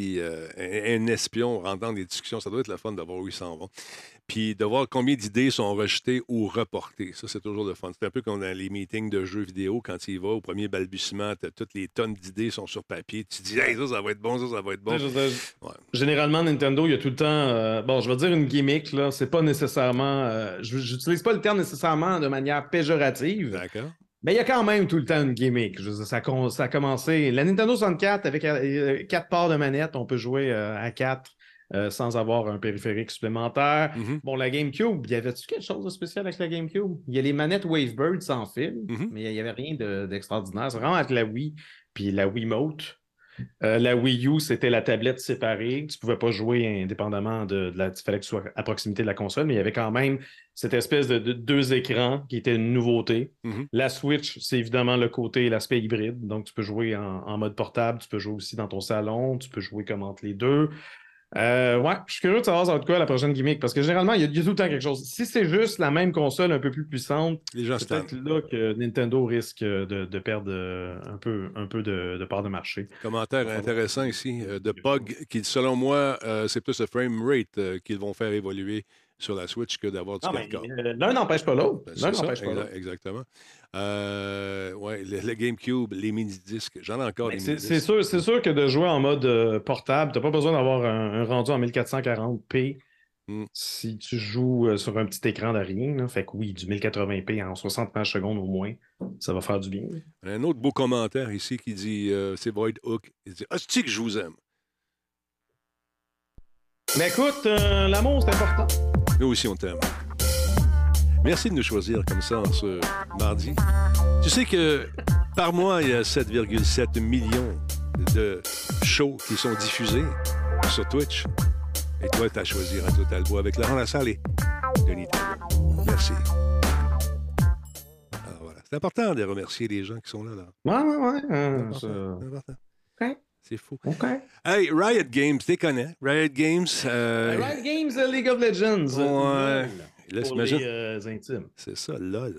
un espion, rentrer dans des discussions. Ça doit être le fun de voir où ils s'en vont. Puis de voir combien d'idées sont rejetées ou reportées. Ça, c'est toujours le fun. C'est un peu comme dans les meetings de jeux vidéo. Quand tu y vas, au premier balbutiement, toutes les tonnes d'idées sont sur papier. Tu te dis, hey, ça va être bon, ça va être bon. Généralement, Nintendo, il y a tout le temps, je vais dire une gimmick, là. C'est pas nécessairement... j'utilise pas le terme nécessairement de manière péjorative. D'accord. Mais il y a quand même tout le temps une gimmick. Je veux dire, ça a commencé... La Nintendo 64, avec 4 ports de manette, on peut jouer à 4 sans avoir un périphérique supplémentaire. Bon, la GameCube, y avait-tu quelque chose de spécial avec la GameCube? Il y a les manettes Wavebird sans fil, mais il n'y avait rien d'extraordinaire. C'est vraiment avec la Wii puis la Wiimote. La Wii U, c'était la tablette séparée. Tu ne pouvais pas jouer indépendamment il fallait que tu sois à proximité de la console, mais il y avait quand même cette espèce de 2 écrans qui était une nouveauté. La Switch, c'est évidemment le côté, l'aspect hybride. Donc, tu peux jouer en mode portable, tu peux jouer aussi dans ton salon, tu peux jouer comme entre les deux. Ouais, je suis curieux de savoir ça va être quoi la prochaine gimmick, parce que généralement, il y a tout le temps quelque chose. Si c'est juste la même console un peu plus puissante, c'est peut-être là que Nintendo risque de perdre un peu de part de marché. Commentaire intéressant ici de Pog, qui, selon moi, c'est plus le frame rate qu'ils vont faire évoluer sur la Switch que d'avoir du 4K. L'un n'empêche pas l'autre. Exactement. Ouais, le GameCube, les mini-disques, j'en ai encore des mini-disques. C'est sûr que de jouer en mode portable, tu n'as pas besoin d'avoir un rendu en 1440p si tu joues sur un petit écran de rien. Là. Fait que oui, du 1080p en 60 images secondes au moins, ça va faire du bien. Un autre beau commentaire ici qui dit, c'est Void Hook, il dit « Hostie que je vous aime ». Mais écoute, l'amour, c'est important. Nous aussi, on t'aime. Merci de nous choisir comme ça en ce mardi. Tu sais que par mois, il y a 7,7 millions de shows qui sont diffusés sur Twitch. Et toi, tu as choisi Radio Talbot avec Laurent Lassalle et Denis Talbot. Merci. Alors voilà. C'est important de remercier les gens qui sont là. Ouais. C'est important. OK. C'est fou. OK. Hey, Riot Games, tu les connais? Riot Games. Riot Games, League of Legends. Ouais. Là, pour les intimes. C'est ça, LOL.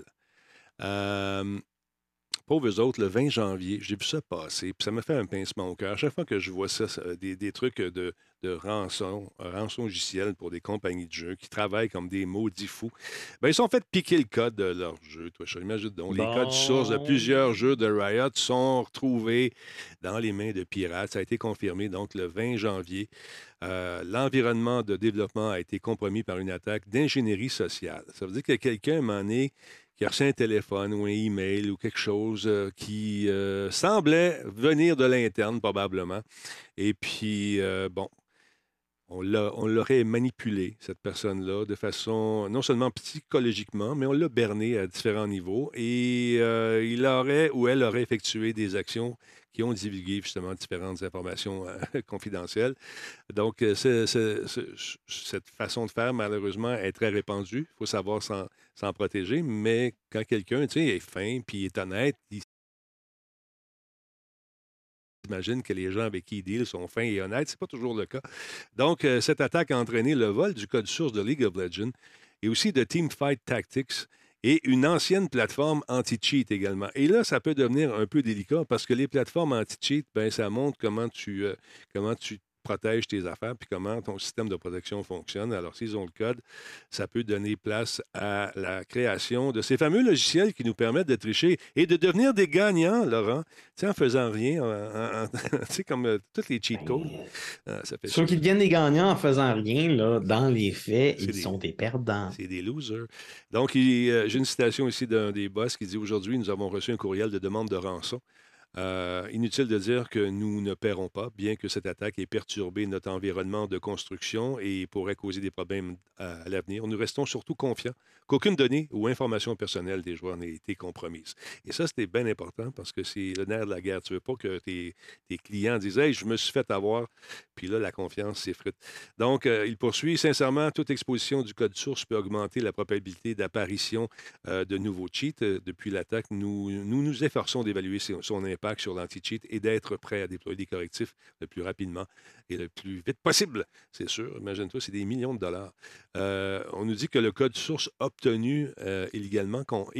Pauvres eux autres, le 20 janvier, j'ai vu ça passer, puis ça me fait un pincement au cœur. À chaque fois que je vois ça, des trucs de rançon logiciel pour des compagnies de jeux qui travaillent comme des maudits fous, bien, ils sont fait piquer le code de leur jeu. Toi, je l'imagine donc. Les codes sources de plusieurs jeux de Riot sont retrouvés dans les mains de pirates. Ça a été confirmé, donc, le 20 janvier. L'environnement de développement a été compromis par une attaque d'ingénierie sociale. Ça veut dire que quelqu'un, à un moment donné, qui a reçu un téléphone ou un email ou quelque chose qui semblait venir de l'interne, probablement. Et puis, on l'aurait manipulé, cette personne-là, de façon, non seulement psychologiquement, mais on l'a berné à différents niveaux. Et il aurait ou elle aurait effectué des actions qui ont divulgué justement différentes informations confidentielles. Donc, cette façon de faire, malheureusement, est très répandue. Il faut savoir s'en protéger. Mais quand quelqu'un, tu sais, est fin puis est honnête, il imagine que les gens avec qui il deal sont fins et honnêtes. Ce n'est pas toujours le cas. Donc, cette attaque a entraîné le vol du code source de League of Legends et aussi de Teamfight Tactics et une ancienne plateforme anti-cheat également. Et là, ça peut devenir un peu délicat parce que les plateformes anti-cheat, ben, ça montre comment tu protèges tes affaires puis comment ton système de protection fonctionne. Alors, s'ils ont le code, ça peut donner place à la création de ces fameux logiciels qui nous permettent de tricher et de devenir des gagnants, Laurent, tu sais, en faisant rien, tu sais, comme tous les cheat codes. Ceux qui deviennent des gagnants en faisant rien, là, dans les faits, ils sont des perdants. C'est des losers. Donc, j'ai une citation ici d'un des boss qui dit « Aujourd'hui, nous avons reçu un courriel de demande de rançon. Inutile de dire que nous ne paierons pas, bien que cette attaque ait perturbé notre environnement de construction et pourrait causer des problèmes à l'avenir. Nous restons surtout confiants qu'aucune donnée ou information personnelle des joueurs n'ait été compromise. Et ça, c'était bien important parce que c'est le nerf de la guerre. Tu ne veux pas que tes clients disent « Hey, je me suis fait avoir », puis là, la confiance s'effrite. Donc, il poursuit. Sincèrement, toute exposition du code source peut augmenter la probabilité d'apparition de nouveaux cheats. Depuis l'attaque, nous efforçons d'évaluer son impact sur l'anti-cheat et d'être prêts à déployer des correctifs le plus rapidement et le plus vite possible. C'est sûr, imagine-toi, c'est des millions de dollars. On nous dit que le code source obtenu illégalement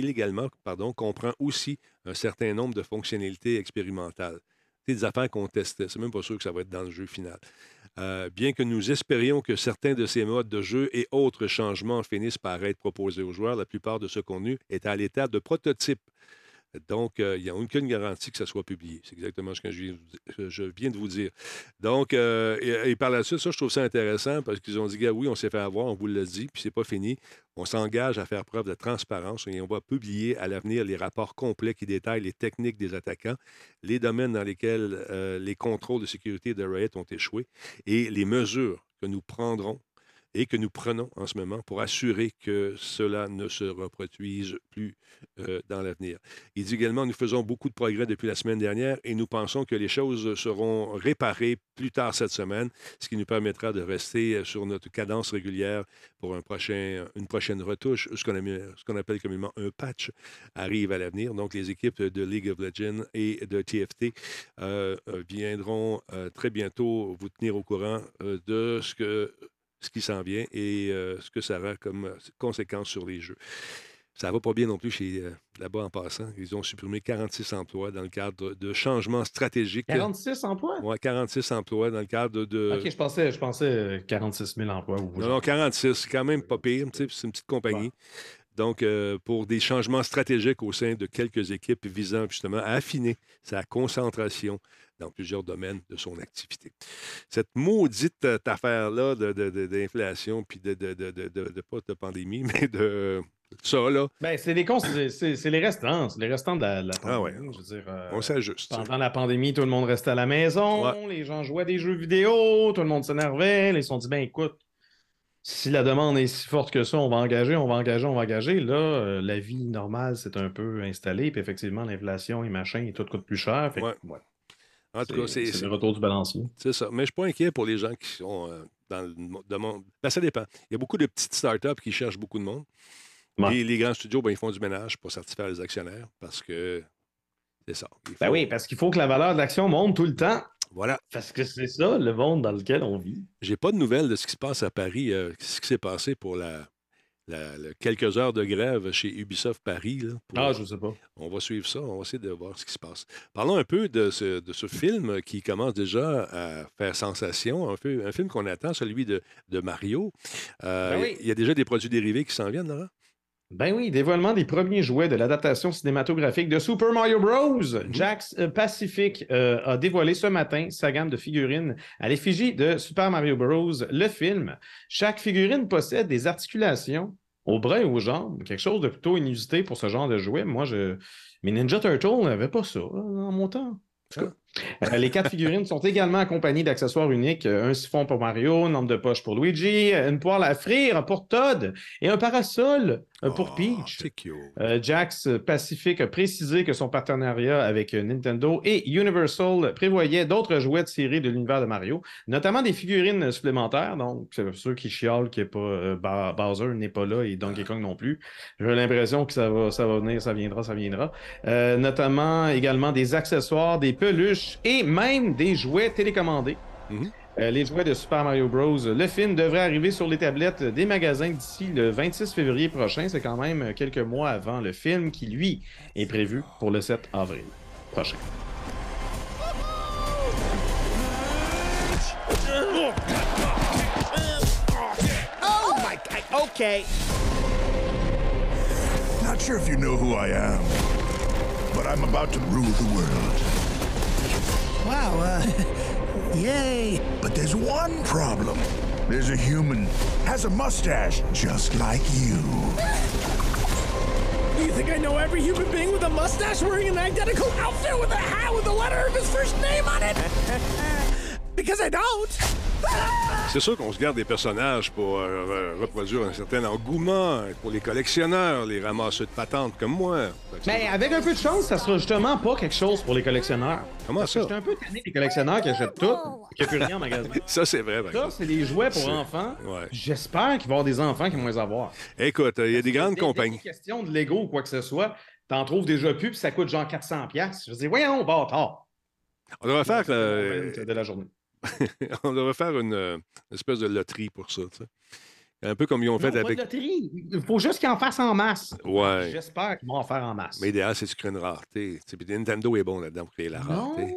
comprend aussi un certain nombre de fonctionnalités expérimentales. C'est des affaires qu'on testait. C'est même pas sûr que ça va être dans le jeu final. Bien que nous espérions que certains de ces modes de jeu et autres changements finissent par être proposés aux joueurs, la plupart de ce contenu est à l'état de prototype. Donc, il n'y a aucune garantie que ça soit publié. C'est exactement ce que je viens de vous dire. Donc, et par la suite, ça, je trouve ça intéressant parce qu'ils ont dit, gars, oui, on s'est fait avoir, on vous l'a dit, puis c'est pas fini. On s'engage à faire preuve de transparence et on va publier à l'avenir les rapports complets qui détaillent les techniques des attaquants, les domaines dans lesquels les contrôles de sécurité de Riot ont échoué et les mesures que nous prendrons et que nous prenons en ce moment pour assurer que cela ne se reproduise plus dans l'avenir. Il dit également, nous faisons beaucoup de progrès depuis la semaine dernière et nous pensons que les choses seront réparées plus tard cette semaine, ce qui nous permettra de rester sur notre cadence régulière pour une prochaine retouche, ce qu'on appelle communément un patch, arrive à l'avenir. Donc, les équipes de League of Legends et de TFT viendront très bientôt vous tenir au courant de ce qui s'en vient et ce que ça aura comme conséquence sur les jeux. Ça va pas bien non plus là-bas en passant. Ils ont supprimé 46 emplois dans le cadre de changements stratégiques. 46 emplois? Oui, 46 emplois dans le cadre de... OK, je pensais 46 000 emplois. Non, 46, c'est quand même pas pire. C'est une petite compagnie. Ouais. Donc, pour des changements stratégiques au sein de quelques équipes visant justement à affiner sa concentration dans plusieurs domaines de son activité. Cette maudite affaire-là d'inflation, puis pas de pandémie, mais de ça, là. Bien, c'est les restants. C'est les restants de la pandémie. Ah ouais. Je veux dire, on s'ajuste. Pendant la pandémie, tout le monde restait à la maison, ouais. Les gens jouaient à des jeux vidéo, tout le monde s'énervait. Ils se sont dit, ben écoute, si la demande est si forte que ça, on va engager. Là, la vie normale s'est un peu installée, puis effectivement, l'inflation et machin, et tout coûte plus cher. Fait que, ouais. En tout cas, c'est le retour du balancier. C'est ça. Mais je ne suis pas inquiet pour les gens qui sont dans le monde. Ben, ça dépend. Il y a beaucoup de petites startups qui cherchent beaucoup de monde. Ouais. Et les grands studios, ben, ils font du ménage pour satisfaire les actionnaires parce que c'est ça. Ben oui, parce qu'il faut que la valeur de l'action monte tout le temps. Voilà. Parce que c'est ça, le monde dans lequel on vit. J'ai pas de nouvelles de ce qui se passe à Paris, ce qui s'est passé pour quelques heures de grève chez Ubisoft Paris. Là, je sais pas. On va suivre ça, on va essayer de voir ce qui se passe. Parlons un peu de ce film qui commence déjà à faire sensation, un film qu'on attend, celui de Mario. Oui. Il y a déjà des produits dérivés qui s'en viennent, Laurent? Ben oui, dévoilement des premiers jouets de l'adaptation cinématographique de Super Mario Bros. Jakks Pacific a dévoilé ce matin sa gamme de figurines à l'effigie de Super Mario Bros. Le film. Chaque figurine possède des articulations aux bras et aux jambes, quelque chose de plutôt inusité pour ce genre de jouet. Mes Ninja Turtles n'avaient pas ça dans mon temps. En tout cas. Les 4 figurines sont également accompagnées d'accessoires uniques, un siphon pour Mario, une lampe de poche pour Luigi, une poêle à frire pour Todd et un parasol pour Peach. Jakks Pacific a précisé que son partenariat avec Nintendo et Universal prévoyait d'autres jouets tirés de l'univers de Mario, notamment des figurines supplémentaires. Donc, c'est ceux qui chialent qu'il n'est pas Bowser n'est pas là et Donkey Kong non plus. J'ai l'impression que ça va venir, ça viendra. Notamment également des accessoires, des peluches et même des jouets télécommandés. Les jouets de Super Mario Bros. Le film devrait arriver sur les tablettes des magasins d'ici le 26 février prochain. C'est quand même quelques mois avant le film qui, lui, est prévu pour le 7 avril prochain. Oh my God. Okay. Not sure if you know who I am, but I'm about to rule the world. Wow, yay! But there's one problem. There's a human, has a mustache, just like you. think I know every human being with a mustache wearing an identical outfit with a hat with the letter of his first name on it? Because I don't. C'est sûr qu'on se garde des personnages pour reproduire un certain engouement pour les collectionneurs, les ramasseurs de patentes comme moi. Mais avec un peu de chance, ça sera justement pas quelque chose pour les collectionneurs. Comment ça? Je suis un peu tanné des collectionneurs qui achètent tout, qui n'ont plus rien en magasin. Ça, c'est vrai. Ça, c'est des jouets pour enfants. Ouais. J'espère qu'il va y avoir des enfants qui vont les avoir. Écoute, il y a des grandes compagnies. Des questions de Lego ou quoi que ce soit, t'en trouves déjà plus, puis ça coûte genre 400$. Je dis, voyons, bâtard. On devrait faire... de la journée. On devrait faire une espèce de loterie pour ça, tu sais. Un peu comme ils ont fait Non, avec... pas de loterie. Il faut juste qu'ils en fassent en masse. Ouais. J'espère qu'ils vont en faire en masse. Mais l'idéal, c'est de créer une rareté. Tu sais, puis Nintendo est bon là-dedans pour créer la rareté.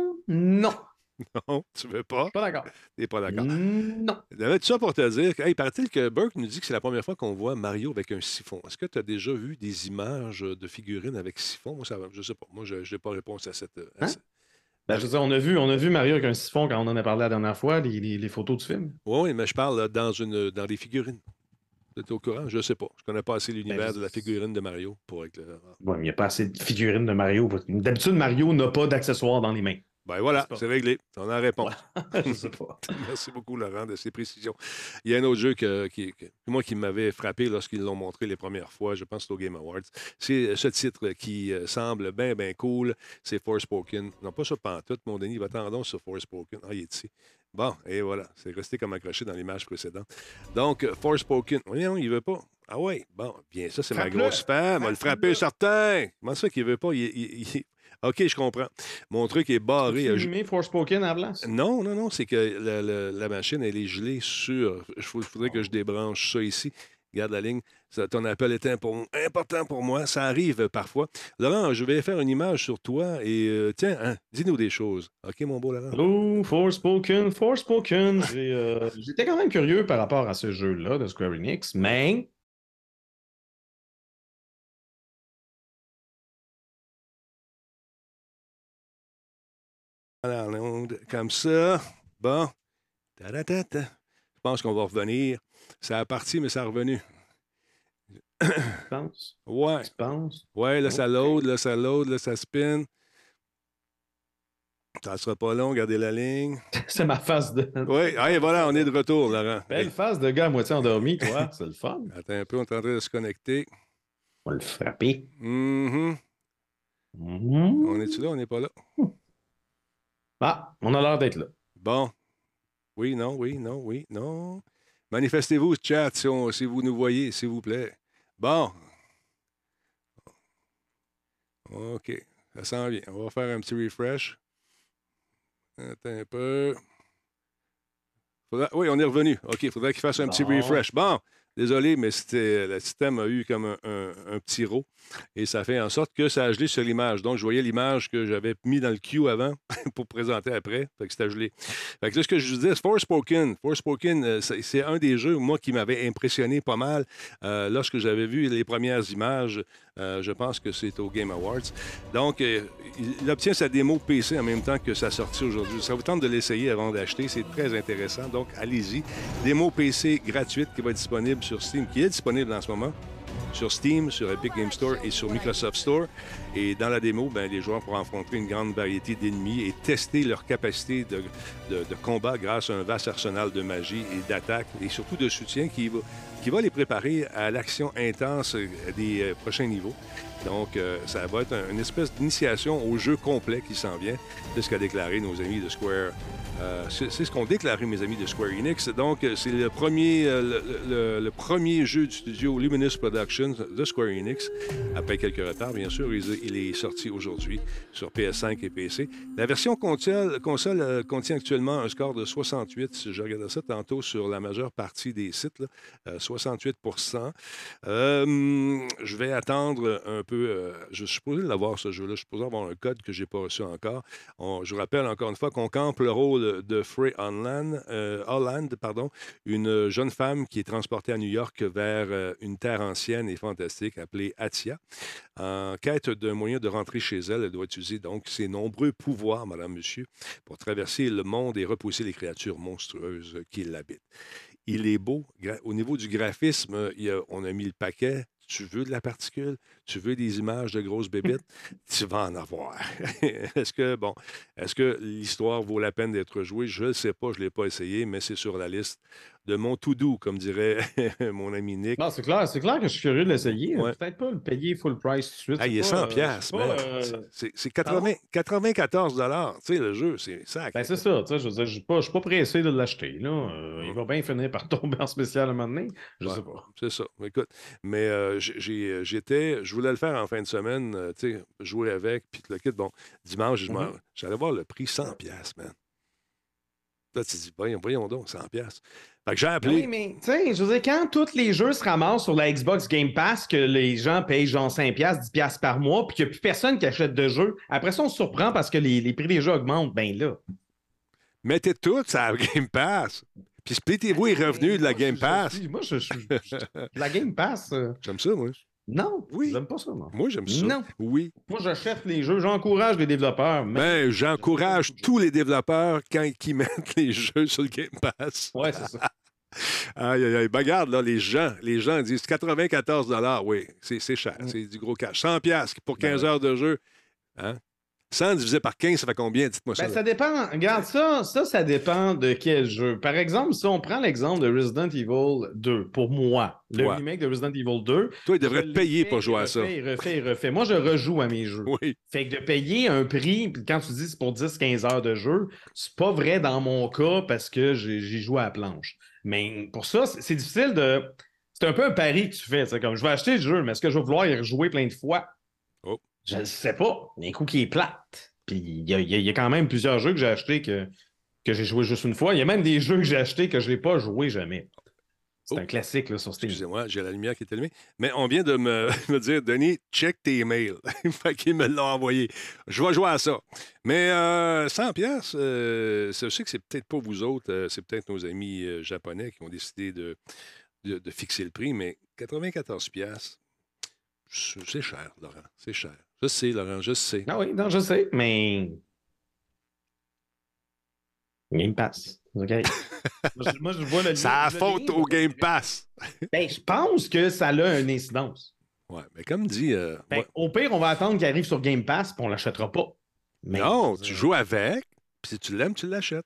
Non. Non, tu veux pas? Pas d'accord. T'es pas d'accord. Non. Tout ça pour te dire, hey, paraît-il que Burke nous dit que c'est la première fois qu'on voit Mario avec un siphon. Est-ce que tu as déjà vu des images de figurines avec siphon? Moi, je sais pas. Moi, je n'ai pas réponse à cette... Ben, je veux dire, on a vu Mario avec un siphon quand on en a parlé la dernière fois, les photos du film. Oui, mais je parle dans des figurines. Tu es au courant? Je sais pas. Je connais pas assez l'univers de la figurine de Mario pour être là. Oui, mais il n'y a pas assez de figurines de Mario. D'habitude, Mario n'a pas d'accessoires dans les mains. Ben voilà, c'est réglé. On a la réponse. Je sais pas. Merci beaucoup, Laurent, de ces précisions. Il y a un autre jeu qui m'avait frappé lorsqu'ils l'ont montré les premières fois, je pense que c'est au Game Awards. C'est ce titre qui semble bien, bien cool. C'est Forspoken. Non, pas sur Pantoute, mon Denis. Va-t'en sur Forspoken. Ah, il est ici. Bon, et voilà. C'est resté comme accroché dans l'image précédente. Donc, Forspoken. Voyons, il veut pas. Ah ouais, bon, bien, ça, c'est ma grosse femme. Elle le frapper, certain. Comment ça qu'il veut pas? OK, je comprends. Mon truc est barré. Tu mis Forspoken à la place? Non, c'est que la machine, elle est gelée sur... Il faudrait que je débranche ça ici. Regarde la ligne. Ton appel est important pour moi. Ça arrive parfois. Laurent, je vais faire une image sur toi et tiens, dis-nous des choses. OK, mon beau Laurent? Oh, Forspoken. J'étais quand même curieux par rapport à ce jeu-là de Square Enix, mais... Comme ça. Bon. Je pense qu'on va revenir. Ça a parti, mais ça a revenu. Tu penses? Ouais. Tu penses? Ouais, là, ça load, là, ça spin. Ça ne sera pas long, regardez la ligne. C'est ma face de... Oui, allez, voilà, on est de retour, Laurent. Belle face de gars à moitié endormi, toi. C'est le fun. Attends un peu, on est en train de se connecter. On va le frapper. On est-tu là? On n'est pas là? Ah, on a l'air d'être là. Bon. Oui, non. Manifestez-vous, chat, si vous nous voyez, s'il vous plaît. Bon. OK. Ça s'en vient. On va faire un petit refresh. Attends un peu. Oui, on est revenu. OK, il faudrait qu'il fasse un petit refresh. Bon. Désolé, mais le système a eu comme un petit row et ça fait en sorte que ça a gelé sur l'image. Donc, je voyais l'image que j'avais mis dans le queue avant pour présenter après. Fait que c'était gelé. Fait que là, ce que je vous disais, c'est Forspoken. Forspoken, c'est un des jeux, moi, qui m'avait impressionné pas mal lorsque j'avais vu les premières images. Je pense que c'est au Game Awards. Donc, il obtient sa démo PC en même temps que sa sortie aujourd'hui. Ça vous tente de l'essayer avant d'acheter. C'est très intéressant. Donc, allez-y. Démo PC gratuite qui va être disponible sur Steam, qui est disponible en ce moment. Sur Steam, sur Epic Game Store et sur Microsoft Store. Et dans la démo, les joueurs pourront affronter une grande variété d'ennemis et tester leur capacité de combat grâce à un vaste arsenal de magie et d'attaque et surtout de soutien qui va les préparer à l'action intense des prochains niveaux. Donc, ça va être une espèce d'initiation au jeu complet qui s'en vient. C'est ce qu'a déclaré nos amis de Square. C'est ce qu'ont déclaré mes amis de Square Enix. Donc, c'est le premier jeu du studio Luminous Productions de Square Enix. Après quelques retards, bien sûr, il est sorti aujourd'hui sur PS5 et PC. La version console contient actuellement un score de 68. Je regardais ça tantôt sur la majeure partie des sites, là, 68%. Je vais attendre un peu. Je suis supposé l'avoir, ce jeu-là. Je suis supposé avoir un code que je n'ai pas reçu encore. Je vous rappelle encore une fois qu'on campe le rôle de Frey Holland, une jeune femme qui est transportée à New York vers une terre ancienne et fantastique appelée Atia. En quête d'un moyen de rentrer chez elle, elle doit utiliser donc ses nombreux pouvoirs, madame, monsieur, pour traverser le monde et repousser les créatures monstrueuses qui l'habitent. Il est beau. Au niveau du graphisme, on a mis le paquet. tu veux de la particule, tu veux des images de grosses bébites, tu vas en avoir. Est-ce que l'histoire vaut la peine d'être jouée? Je ne sais pas, je ne l'ai pas essayé, mais c'est sur la liste de mon to-do, comme dirait mon ami Nick. Non, c'est clair que je suis curieux de l'essayer. Ouais. Peut-être pas le payer full price tout de suite. Ah, il est 100 piastres, man. C'est 94 $, tu sais, le jeu, c'est ça. Ben, c'est ça, tu sais, je veux dire, je suis pas pressé de l'acheter, là. Il va bien finir par tomber en spécial à un moment donné. Je sais pas. C'est ça. Écoute, mais je voulais le faire en fin de semaine, tu sais, jouer avec, puis le kit. Bon, dimanche, j'allais voir le prix 100 piastres, man. Là, tu te dis, voyons donc, 100 piastres. Fait que j'ai appelé. Oui, mais tu sais, je veux dire, quand tous les jeux se ramassent sur la Xbox Game Pass, que les gens payent genre 5$, 10$ par mois, puis qu'il n'y a plus personne qui achète de jeux, après ça, on se surprend parce que les prix des jeux augmentent. Ben là. Mettez tout sur la Game Pass. Puis splittez-vous les revenus de la Game Pass. Moi, la Game Pass. J'aime ça, moi. Non, oui. J'aime pas ça, non. Moi, j'aime ça. Non. Oui. Moi, j'achète les jeux, j'encourage les développeurs. Mais j'encourage tous les développeurs quand ils mettent les jeux sur le Game Pass. Ouais, c'est ça. Aïe, aïe, aïe. Ben, regarde, là, les gens disent 94 $. Oui, c'est cher. C'est du gros cash. 100 piastres pour 15 heures de jeu. Hein? 100 divisé par 15, ça fait combien? Dites-moi ça. Ben, ça dépend. Regarde, ça dépend de quel jeu. Par exemple, si on prend l'exemple de Resident Evil 2, pour moi, le remake de Resident Evil 2... Toi, il devrait te payer pour jouer à ça. Il refait. Moi, je rejoue à mes jeux. Oui. Fait que de payer un prix, quand tu dis c'est pour 10-15 heures de jeu, c'est pas vrai dans mon cas parce que j'ai joué à la planche. Mais pour ça, c'est difficile de... C'est un peu un pari que tu fais. C'est comme, je vais acheter le jeu, mais est-ce que je vais vouloir y rejouer plein de fois? Oh. Je ne sais pas. Un coup qui est plate. Puis il y a quand même plusieurs jeux que j'ai achetés que j'ai joué juste une fois. Il y a même des jeux que j'ai achetés que je n'ai pas joué jamais. C'est un classique là, sur Steam. Excusez-moi, j'ai la lumière qui est allumée. Mais on vient de me dire, Denis, check tes mails. Fait qu'il me l'a envoyé. Je vais jouer à ça. Mais 100 piastres, je sais que c'est peut-être pas vous autres, c'est peut-être nos amis japonais qui ont décidé de fixer le prix, mais 94 piastres, c'est cher, Laurent. C'est cher. Je sais, Laurent, je sais. Ah oui, non, je sais, mais... Game Pass. OK. moi, je vois le... Ça a faute au Game Pass. Ben, je pense que ça a une incidence. Oui, mais comme dit... Au pire, on va attendre qu'il arrive sur Game Pass, puis on ne l'achètera pas. Mais, non, tu joues avec, puis si tu l'aimes, tu l'achètes.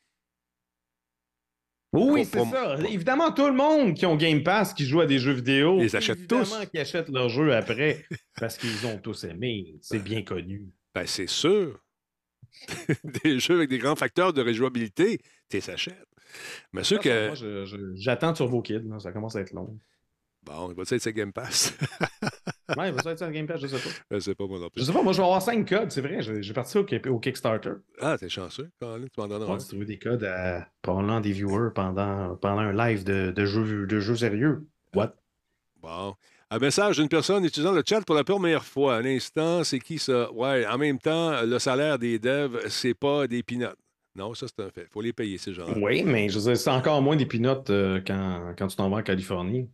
Oui, c'est ça. Évidemment, tout le monde qui ont Game Pass, qui joue à des jeux vidéo, ils achètent tous. Évidemment qu'ils achètent leurs jeux après, parce qu'ils ont tous aimé. C'est bien connu. Ben, c'est sûr. Des jeux avec des grands facteurs de rejouabilité, tu les achètes. Mais ceux que... Moi, j'attends Turbo Kid. Là. Ça commence à être long. Bon, il va être sur Game Pass. Ouais, il va être sur Game Pass, je sais pas. Je sais pas, moi non plus. Je sais pas, moi, je vais avoir 5 codes, c'est vrai. J'ai parti au Kickstarter. Ah, t'es chanceux, Colin, tu m'en donneras. On va distribuer des codes à probablement des viewers pendant un live de jeux sérieux. What? Bon. Un message d'une personne utilisant le chat pour la première fois. À l'instant, c'est qui ça? Ouais, en même temps, le salaire des devs, c'est pas des peanuts. Non, ça, c'est un fait. Il faut les payer, ces gens-là. Oui, mais je veux dire, c'est encore moins des peanuts quand tu t'en vas en Californie.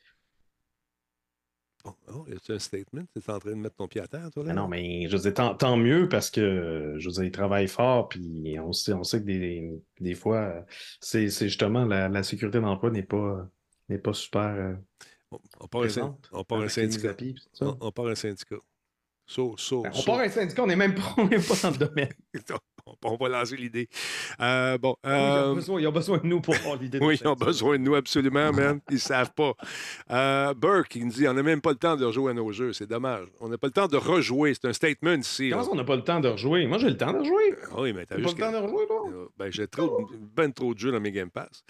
Oh, y a-tu un statement? Tu es en train de mettre ton pied à terre, toi, là? Non, mais je veux dire, tant mieux parce que, je veux dire, ils travaillent fort, puis on sait que des fois, c'est justement la sécurité d'emploi n'est pas super. On part un syndicat. On part un syndicat. On part un syndicat, on n'est même pas dans le domaine. On va lancer l'idée. Ils ont besoin de nous pour avoir l'idée. Oui, ils ont besoin de nous, absolument, man. Ils ne savent pas. Burke, il nous dit on n'a même pas le temps de rejouer à nos jeux. C'est dommage. On n'a pas le temps de rejouer. C'est un statement ici. Comment ça, on n'a pas le temps de rejouer? Moi, j'ai le temps de rejouer. Oui, mais t'as juste pas le temps de rejouer, toi? Ben, j'ai ben trop de jeux dans mes Game Pass.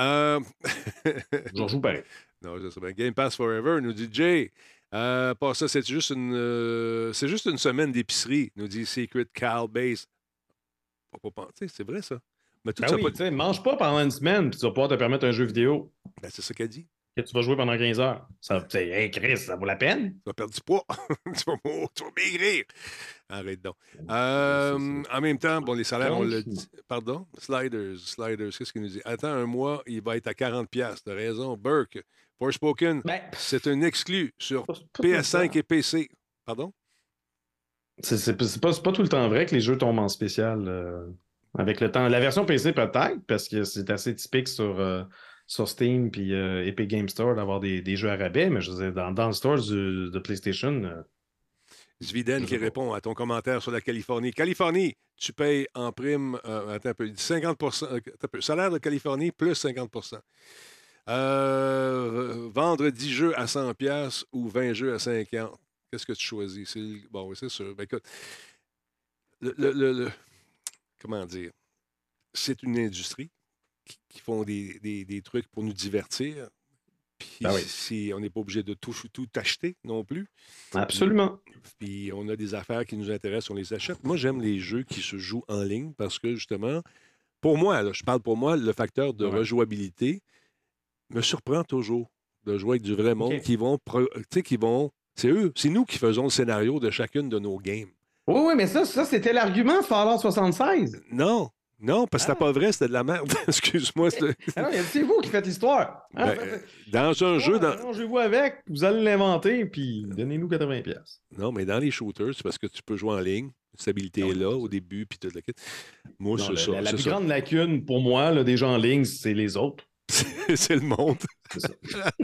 Je rejoue pareil. Non, je sais pas. Game Pass Forever, nous dit Jay. Pas ça, c'est juste une semaine d'épicerie, nous dit Secret Cal Base. Faut pas penser, c'est vrai ça. Mais tout ça oui, tu sais, mange pas pendant une semaine, puis tu vas pouvoir te permettre un jeu vidéo. Ben, c'est ça qu'elle dit. Que tu vas jouer pendant 15 heures. Hey Chris, ça vaut la peine? Tu vas perdre du poids. tu vas maigrir. Arrête donc. En même temps, bon, les salaires, on l'a dit. Pardon? Sliders, qu'est-ce qu'il nous dit? Attends un mois, il va être à 40$. T'as raison. Burke, Forspoken, c'est un exclu sur PS5 et PC. Pardon? C'est pas tout le temps vrai que les jeux tombent en spécial avec le temps. La version PC peut-être, parce que c'est assez typique sur sur Steam puis Epic Game Store d'avoir des jeux à rabais, mais je veux dire, dans le store de PlayStation... Zviden qui répond à ton commentaire sur la Californie. Californie, tu payes en prime, attends un peu, 50 salaire de Californie plus 50 vendre 10 jeux à 100$ ou 20 jeux à 50$. Qu'est-ce que tu choisis? Bon, oui, c'est sûr. Ben, écoute, comment dire? C'est une industrie qui font des trucs pour nous divertir. Puis si on n'est pas obligé de tout acheter non plus. Absolument. Puis on a des affaires qui nous intéressent, on les achète. Moi, j'aime les jeux qui se jouent en ligne parce que, justement, pour moi, là, je parle pour moi, le facteur de rejouabilité me surprend toujours de jouer avec du vrai monde qui vont... C'est nous qui faisons le scénario de chacune de nos games. Oui, mais ça c'était l'argument de Fallout 76. Non, parce que c'était pas vrai, c'était de la merde. Excuse-moi. C'est vous qui faites l'histoire. Dans un jeu... Arrangez-vous avec, vous allez l'inventer, puis donnez-nous 80$. Non, mais dans les shooters, c'est parce que tu peux jouer en ligne. La stabilité est là au début, puis tout le kit. Moi, c'est ça. La plus grande lacune, pour moi, là, des gens en ligne, c'est les autres. C'est le monde. C'est ça.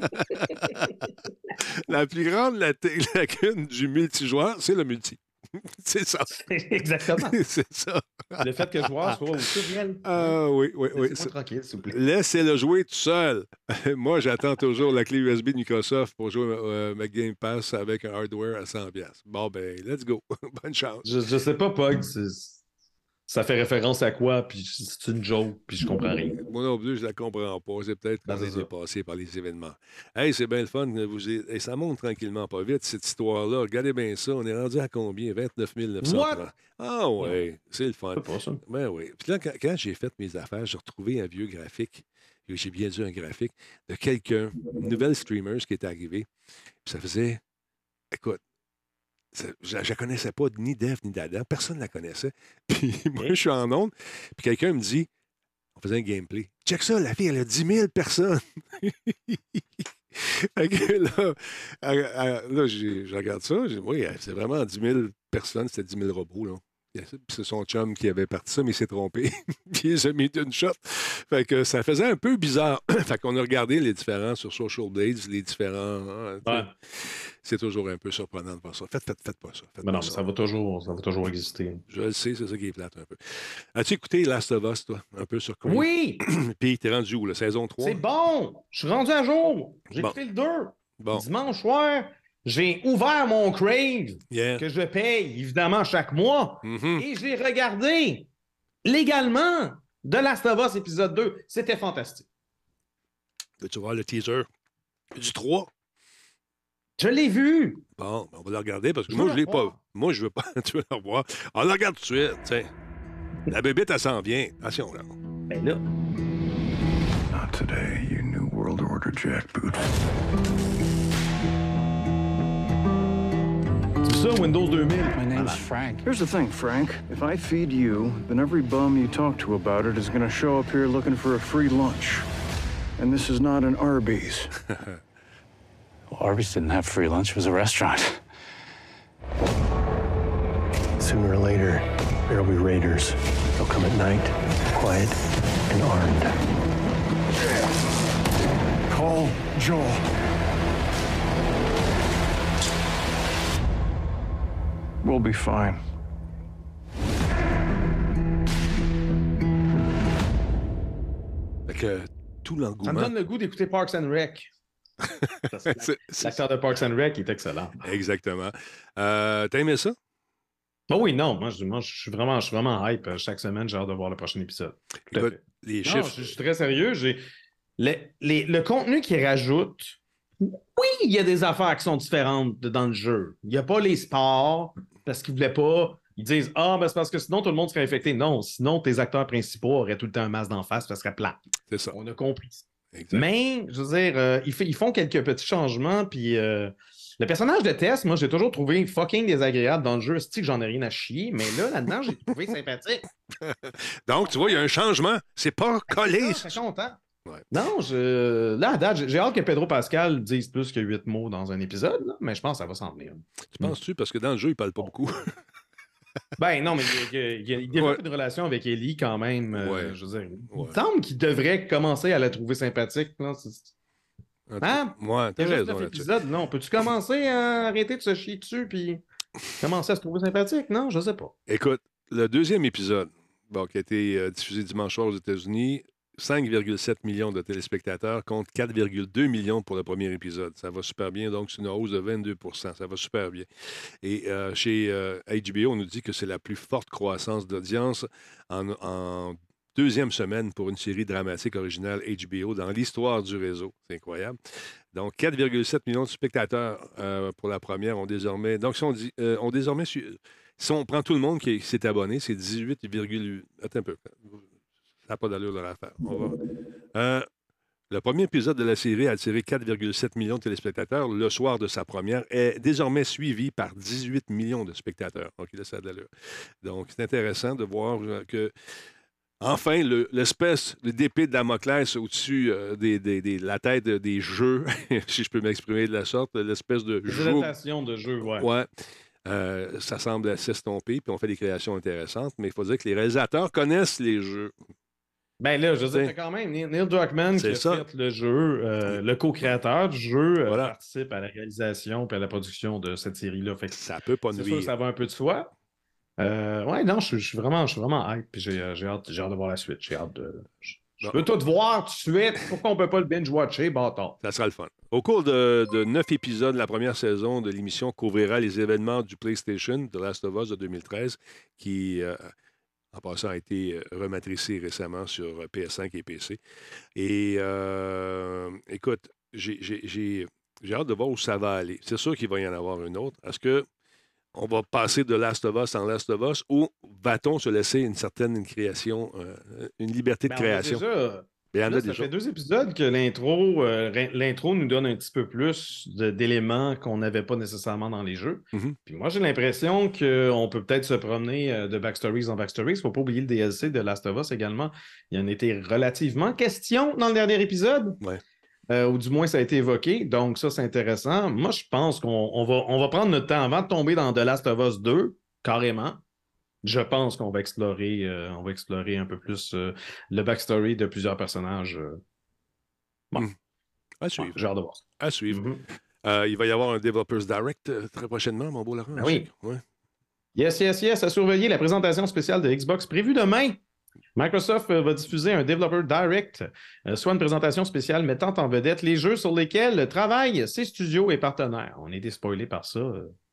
La plus grande lacune du multijoueur, c'est le multi. C'est ça. Exactement. C'est ça. Le fait que le joueur soit aussi réel. Oui. Laissez-moi tranquille, s'il vous plaît. Laissez-le jouer tout seul. Moi, j'attends toujours la clé USB de Microsoft pour jouer ma Game Pass avec un hardware à 100$. Bon, ben, let's go. Bonne chance. Je sais pas, Pog, ça fait référence à quoi, puis c'est une joke, puis je comprends rien. Moi non plus, je la comprends pas. C'est peut-être qu'on est dépassé par les événements. Hey, c'est bien le fun. Et ça monte tranquillement pas vite, cette histoire-là. Regardez bien ça. On est rendu à combien? 29 900. What? Ah oui, c'est le fun. C'est pas ça. Ben oui. Puis là, quand j'ai fait mes affaires, j'ai retrouvé un vieux graphique. J'ai bien dit un graphique de quelqu'un, une nouvelle streamer qui est arrivée. Puis ça faisait... Écoute, je ne la connaissais pas, ni d'Ève, ni d'Adam. Personne ne la connaissait. Puis moi, je suis en onde. Puis quelqu'un me dit, on faisait un gameplay. Check ça, la fille, elle a 10 000 personnes. Fait que là, je regarde ça. Je dis, oui, c'est vraiment 10 000 personnes. C'était 10 000 robots, là. Puis c'est son chum qui avait parti ça, mais il s'est trompé. Puis il s'est mis d'une shot. Fait que ça faisait un peu bizarre. Fait qu'on a regardé les différents sur Social Blades, les différents... C'est toujours un peu surprenant de voir ça. Faites pas ça. Mais non, ça va toujours exister. Je le sais, c'est ça qui est plate un peu. As-tu écouté Last of Us, toi? Un peu sur quoi? Oui! Puis t'es rendu où, la saison 3? C'est bon! Je suis rendu à jour. J'ai écouté le 2. Bon. Dimanche soir, j'ai ouvert mon Crave que je paye, évidemment, chaque mois. Et j'ai regardé légalement de Last of Us épisode 2. C'était fantastique. Veux-tu voir le teaser du 3? Je l'ai vu. Bon, on va le regarder parce que moi, je l'ai pas. Moi, je veux pas. Tu veux le revoir. On le regarde tout de suite, tiens. La bébête, elle s'en vient. Attention, là. Ben là. Not today, you New World Order jackboot. C'est ça, Windows 2000. My name's Frank. Here's the thing, Frank. If I feed you, then every bum you talk to about it is going to show up here looking for a free lunch. And this is not an Arby's. Well, Arby's didn't have free lunch. It was a restaurant. Sooner or later, there'll be raiders. They'll come at night, quiet and armed. Call Joel. We'll be fine. Fait que tout l'engouement... Ça me donne le goût d'écouter Parks and Rec. L'acteur de Parks and Rec est excellent. Exactement. T'as aimé ça? Oh oui, non. Moi, je suis vraiment hype. Chaque semaine, j'ai hâte de voir le prochain épisode. Écoute, les chiffres... Je suis très sérieux. Le contenu qu'ils rajoutent, oui, il y a des affaires qui sont différentes dans le jeu. Il n'y a pas les sports parce qu'ils ne voulaient pas... Ils disent « Ah, ben c'est parce que sinon, tout le monde serait infecté. » Non, sinon, tes acteurs principaux auraient tout le temps un masque d'en face, ça serait plat. C'est ça. On a compris ça. Exact. Mais, je veux dire, ils font quelques petits changements, puis le personnage de Tess, moi, j'ai toujours trouvé fucking désagréable dans le jeu. C'est que j'en ai rien à chier, mais là-dedans, j'ai trouvé sympathique. Donc, tu vois, il y a un changement. C'est pas collé. Je suis content. Ouais. Non, là, à date, j'ai hâte que Pedro Pascal dise plus que 8 mots dans un épisode, là, mais je pense que ça va s'en venir. Tu penses-tu? Parce que dans le jeu, il parle pas beaucoup. Ben non, mais il développe une relation avec Ellie quand même. Je veux dire, il me semble qu'il devrait commencer à la trouver sympathique. Là. Hein? Ouais, t'as raison. Épisode, non, peux-tu commencer à arrêter de se chier dessus puis commencer à se trouver sympathique? Non, je sais pas. Écoute, le deuxième épisode, qui a été diffusé dimanche soir aux États-Unis, 5,7 millions de téléspectateurs contre 4,2 millions pour le premier épisode. Ça va super bien, donc c'est une hausse de 22 %. Ça va super bien. Et chez HBO, on nous dit que c'est la plus forte croissance d'audience en deuxième semaine pour une série dramatique originale HBO dans l'histoire du réseau. C'est incroyable. Donc, 4,7 millions de spectateurs pour la première ont désormais... Donc, si on prend tout le monde qui s'est abonné, c'est 18, attends un peu. Ça n'a pas d'allure leur affaire. Le premier épisode de la série a attiré 4,7 millions de téléspectateurs le soir de sa première, est désormais suivi par 18 millions de spectateurs. Donc, là, ça a de l'allure. Donc, c'est intéressant de voir que enfin, l'espèce d'épée de Damoclès au-dessus de la tête des jeux, si je peux m'exprimer de la sorte, l'espèce de jeu. De jeu, ouais. Ouais. Ça semble s'estomper, puis on fait des créations intéressantes, mais il faut dire que les réalisateurs connaissent les jeux. Ben là, je veux dire, quand même, Neil Druckmann qui a fait le jeu, le co-créateur du jeu, participe à la réalisation et à la production de cette série-là. Ça peut pas nuire. C'est sûr que ça va un peu de soi. Ouais, non, je suis vraiment hype, puis j'ai hâte de voir la suite. J'ai hâte de... Je veux tout voir tout de suite. Pourquoi on peut pas le binge-watcher, bâtard? Ça sera le fun. Au cours de 9 épisodes, la première saison de l'émission couvrira les événements du PlayStation, The Last of Us de 2013, qui, en passant, a été rematricé récemment sur PS5 et PC. Et écoute, j'ai hâte de voir où ça va aller. C'est sûr qu'il va y en avoir une autre. Est-ce que on va passer de Last of Us en Last of Us ou va-t-on se laisser une certaine création, une liberté de création? Ça fait 2 épisodes que l'intro nous donne un petit peu plus d'éléments qu'on n'avait pas nécessairement dans les jeux. Puis moi, j'ai l'impression qu'on peut peut-être se promener de backstories en backstories. Il ne faut pas oublier le DLC de Last of Us également. Il y en était relativement question dans le dernier épisode. Ouais. Ou du moins, ça a été évoqué. Donc, ça, c'est intéressant. Moi, je pense qu'on va prendre notre temps avant de tomber dans The Last of Us 2, carrément. Je pense qu'on va explorer un peu plus le backstory de plusieurs personnages. Bon. À suivre. J'ai hâte de voir ça. À suivre. Il va y avoir un Developers Direct très prochainement, mon beau Laurent. Ah oui. Ouais. Yes. À surveiller la présentation spéciale de Xbox prévue demain. Microsoft va diffuser un Developer Direct, soit une présentation spéciale mettant en vedette les jeux sur lesquels travaillent ses studios et partenaires. On a été spoilé par ça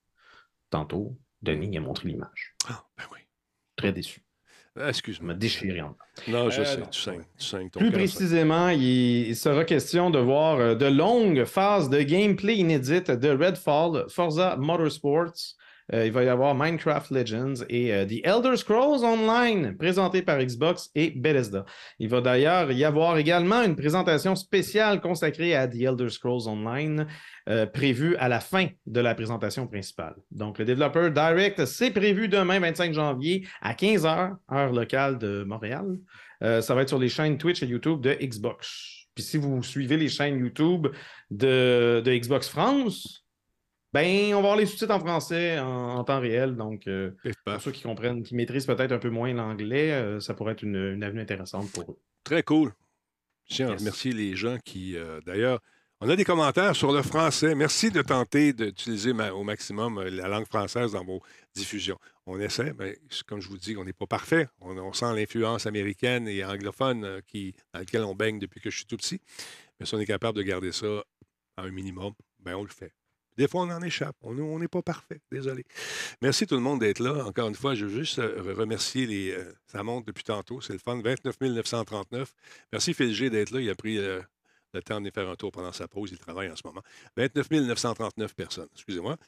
tantôt. Denis a montré l'image. Ah, ben oui. Très déçu. Excuse-moi. M'a déchiré en dedans. Non, je sais, tu saignes ton Plus précisément, il sera question de voir de longues phases de gameplay inédites de Redfall, Forza Motorsports. Il va y avoir Minecraft Legends et The Elder Scrolls Online, présenté par Xbox et Bethesda. Il va d'ailleurs y avoir également une présentation spéciale consacrée à The Elder Scrolls Online, prévue à la fin de la présentation principale. Donc, le Developer Direct, c'est prévu demain, 25 janvier, à 15h, heure locale de Montréal. Ça va être sur les chaînes Twitch et YouTube de Xbox. Puis si vous suivez les chaînes YouTube de Xbox France... Ben, on va avoir les sous-titres en français en temps réel. Donc, pour ceux qui comprennent, qui maîtrisent peut-être un peu moins l'anglais, ça pourrait être une avenue intéressante pour eux. Très cool. Je tiens à remercier les gens qui, d'ailleurs, on a des commentaires sur le français. Merci de tenter d'utiliser au maximum la langue française dans vos diffusions. On essaie, mais comme je vous dis, on n'est pas parfait. On sent l'influence américaine et anglophone dans laquelle on baigne depuis que je suis tout petit. Mais si on est capable de garder ça à un minimum, ben on le fait. Des fois, on en échappe. On n'est pas parfait. Désolé. Merci tout le monde d'être là. Encore une fois, je veux juste remercier ça monte depuis tantôt. C'est le fun. 29 939. Merci Phil G d'être là. Il a pris le temps de venir faire un tour pendant sa pause. Il travaille en ce moment. 29 939 personnes. Excusez-moi.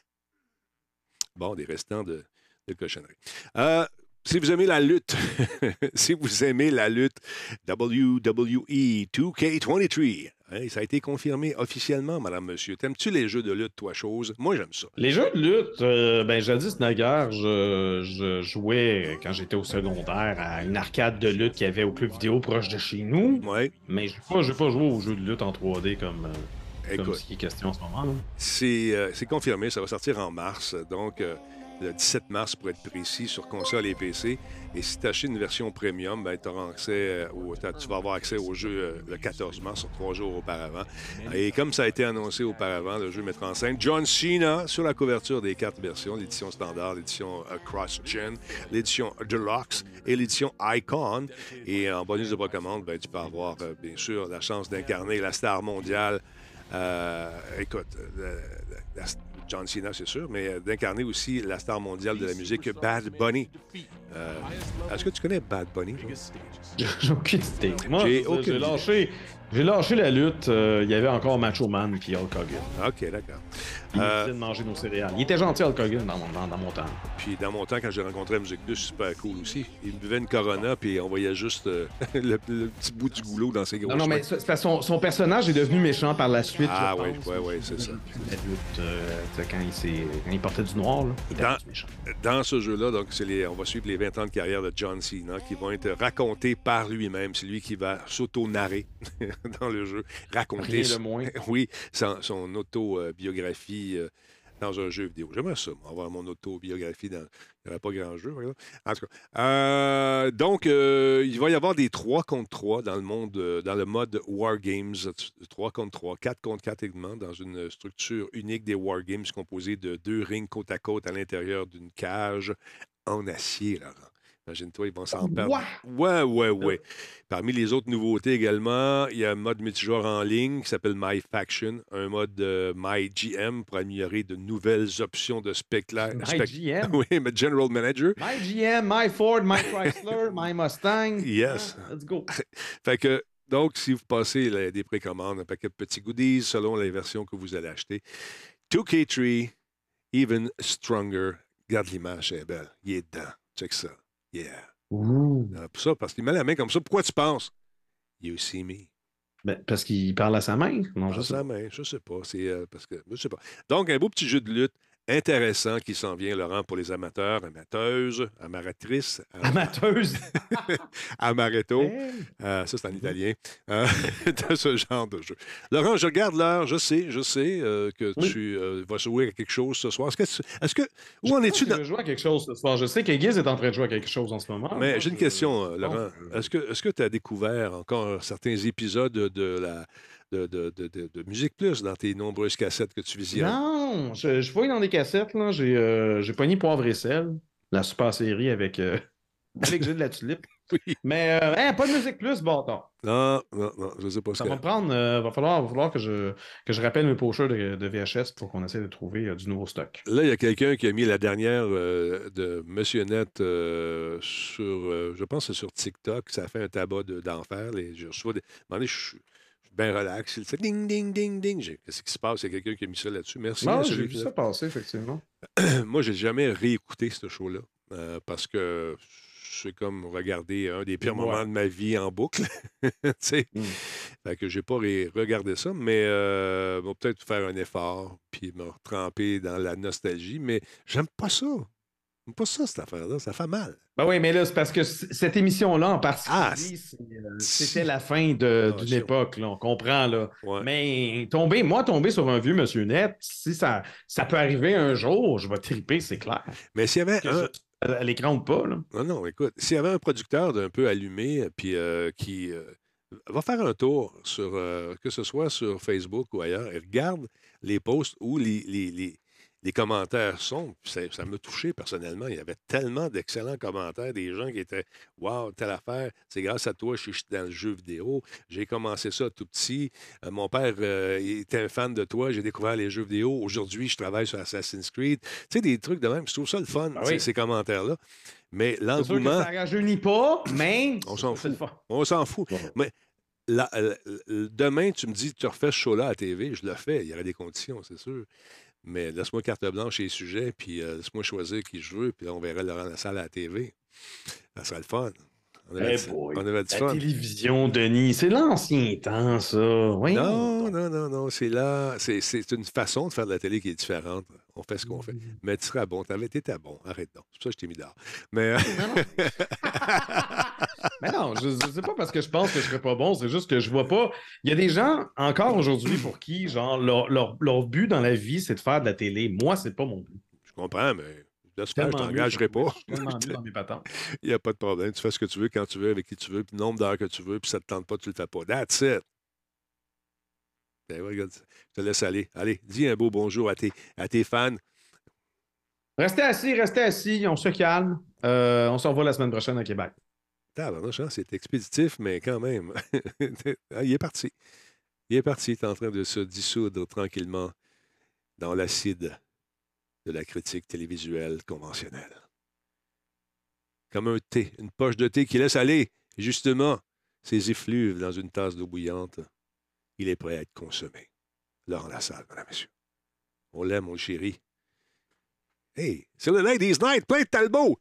Bon, des restants de cochonnerie. Si vous aimez la lutte, WWE 2K23, hein, ça a été confirmé officiellement, madame, monsieur. T'aimes-tu les jeux de lutte, toi, chose? Moi, j'aime ça. Les jeux de lutte, jadis, naguère, je jouais, quand j'étais au secondaire, à une arcade de lutte qu'il y avait au club vidéo proche de chez nous. Ouais. Mais je n'ai pas joué aux jeux de lutte en 3D comme ce qui est question en ce moment. C'est confirmé, ça va sortir en mars. Donc... le 17 mars pour être précis, sur console et PC. Et si tu achètes une version premium, ben, tu vas avoir accès au jeu le 14 mars, sur 3 jours auparavant. Et comme ça a été annoncé auparavant, le jeu mettra en scène John Cena sur la couverture des 4 versions, l'édition standard, l'édition Cross-Gen, l'édition Deluxe et l'édition Icon. Et en bonus de précommande, ben, tu peux avoir, bien sûr, la chance d'incarner la star mondiale. Écoute, John Cena, c'est sûr, mais d'incarner aussi la star mondiale de la musique, Bad Bunny. Est-ce que tu connais Bad Bunny? J'ai aucune idée. Moi, j'ai lâché la lutte. Il y avait encore Macho Man puis Hulk Hogan. OK, d'accord. Il décidait de manger nos céréales. Il était gentil, Hulk Hogan, dans mon temps. Puis dans mon temps, quand j'ai rencontré la Musique Plus, super cool aussi. Il buvait une Corona, puis on voyait juste le petit bout du goulot dans ses gros Non, mais c'est parce que son personnage est devenu méchant par la suite. Ah oui, c'est ça. La lutte, quand il portait du noir, là, il était méchant. Dans ce jeu-là, donc, on va suivre les 20 ans de carrière de John Cena qui vont être racontés par lui-même. C'est lui qui va s'auto-narrer dans le jeu. Raconter Rien de moins. Oui, son autobiographie dans un jeu vidéo. J'aimerais ça, moi, avoir mon autobiographie dans... Il n'y aurait pas grand jeu, par exemple. En tout cas. Donc, il va y avoir des 3 contre 3 dans le monde, dans le mode War Games. 3 contre 3, 4 contre 4 également, dans une structure unique des War Games composée de 2 rings côte à côte à l'intérieur d'une cage en acier, Laurent. Imagine-toi, ils vont s'en perdre. Ouais. Parmi les autres nouveautés également, il y a un mode multijoueur en ligne qui s'appelle My Faction, un mode My GM pour améliorer de nouvelles options de spectacle. My GM? Oui, mais General Manager. My GM, My Ford, My Chrysler, My Mustang. Yes. Let's go. Fait que, donc, si vous passez des précommandes, un paquet de petits goodies selon les versions que vous allez acheter. 2K3, Even Stronger. Regarde l'image, elle est belle. Il est dedans. Check ça. Yeah. Pour ça, parce qu'il met la main comme ça. Pourquoi tu penses? You see me. Ben, parce qu'il parle à sa main? Non, je sais pas. Je sais pas. C'est parce que je sais pas. Donc, un beau petit jeu de lutte intéressant qui s'en vient, Laurent, pour les amateurs, amateuses, amaratrices. Amateuses? Amaretto. Hey. Ça, c'est en italien. De ce genre de jeu. Laurent, je regarde l'heure. Je sais que tu vas jouer à quelque chose ce soir. Où en es-tu? Je vais jouer à quelque chose ce soir. Je sais que Guiz est en train de jouer à quelque chose en ce moment. Mais j'ai une question, Laurent. Est-ce que tu as découvert encore certains épisodes de Musique Plus dans tes nombreuses cassettes que tu visionnes? Non, je fouille dans des cassettes. Là. J'ai pogné Poivre et Sel, la super série avec Gilles de la Tulipe. Oui. Mais pas de Musique Plus, bâtard. Non, je sais pas ce ça va me prendre. Va falloir que je rappelle mes pocheurs de VHS pour qu'on essaie de trouver du nouveau stock. Là, il y a quelqu'un qui a mis la dernière de Monsieur Net sur, je pense que c'est sur TikTok. Ça fait un tabac d'enfer. Je reçois des... je suis bien relax. Il fait ding, ding, ding, ding. Qu'est-ce qui se passe? Il y a quelqu'un qui a mis ça là-dessus. Merci. Non, j'ai vu ça passer, effectivement. Moi, j'ai jamais réécouté ce show-là parce que c'est comme regarder un des pires moments de ma vie en boucle. Fait que j'ai pas regardé ça, mais bon, peut-être faire un effort puis me tremper dans la nostalgie, mais j'aime pas ça. J'aime pas ça, cette affaire-là. Ça fait mal. Ben oui, mais là, c'est parce que cette émission-là, en particulier, c'était la fin d'une époque, là, on comprend, là. Ouais. Mais tomber sur un vieux Monsieur Net, si ça peut arriver un jour, je vais triper, c'est clair. Mais s'il y avait à l'écran ou pas, là. Non, écoute, s'il y avait un producteur d'un peu allumé, puis qui va faire un tour sur, que ce soit sur Facebook ou ailleurs, et regarde les posts où les commentaires sont, ça m'a touché personnellement. Il y avait tellement d'excellents commentaires, des gens qui étaient « Wow, telle affaire, c'est grâce à toi, je suis dans le jeu vidéo. J'ai commencé ça tout petit. Mon père il était un fan de toi, j'ai découvert les jeux vidéo. Aujourd'hui, je travaille sur Assassin's Creed. » Tu sais, des trucs de même. Je trouve ça le fun, ces commentaires-là. Mais l'engouement... C'est sûr que ça ne rajeunit pas, mais... On s'en fout. On s'en fout. Ouais. Mais demain, tu me dis, tu refais ce show-là à la TV, je le fais. Il y aurait des conditions, c'est sûr. Mais laisse-moi carte blanche et sujets, puis laisse-moi choisir qui je veux, puis là, on verra Laurent Lassalle à la TV. Ça serait le fun. On avait du fun. La télévision, Denis, c'est l'ancien temps, ça. Oui. Non, c'est là. C'est une façon de faire de la télé qui est différente. On fait ce qu'on fait. Mais tu seras bon. T'étais bon. Arrête donc. C'est pour ça que je t'ai mis dehors. Mais... Mais non, je ne sais pas parce que je pense que je serais pas bon, c'est juste que je vois pas. Il y a des gens, encore aujourd'hui, pour qui, genre, leur but dans la vie, c'est de faire de la télé. Moi, c'est pas mon but. Je comprends, mais J'espère que je t'engagerai pas. Je suis tellement mieux dans mes patentes. Il n'y a pas de problème. Tu fais ce que tu veux, quand tu veux, avec qui tu veux, puis le nombre d'heures que tu veux, puis ça ne te tente pas, tu le fais pas. That's it. Ben, regarde, je te laisse aller. Allez, dis un beau bonjour à tes fans. Restez assis, on se calme. On se revoit la semaine prochaine à Québec. C'est expéditif, mais quand même. Il est parti. Il est parti. Il est en train de se dissoudre tranquillement dans l'acide de la critique télévisuelle conventionnelle. Comme un thé, une poche de thé qui laisse aller, justement, ses effluves dans une tasse d'eau bouillante. Il est prêt à être consommé. Laurent Lassalle, mesdames et messieurs. On l'aime, on le chérit. Hey, c'est le Ladies Night, plein de Talbot!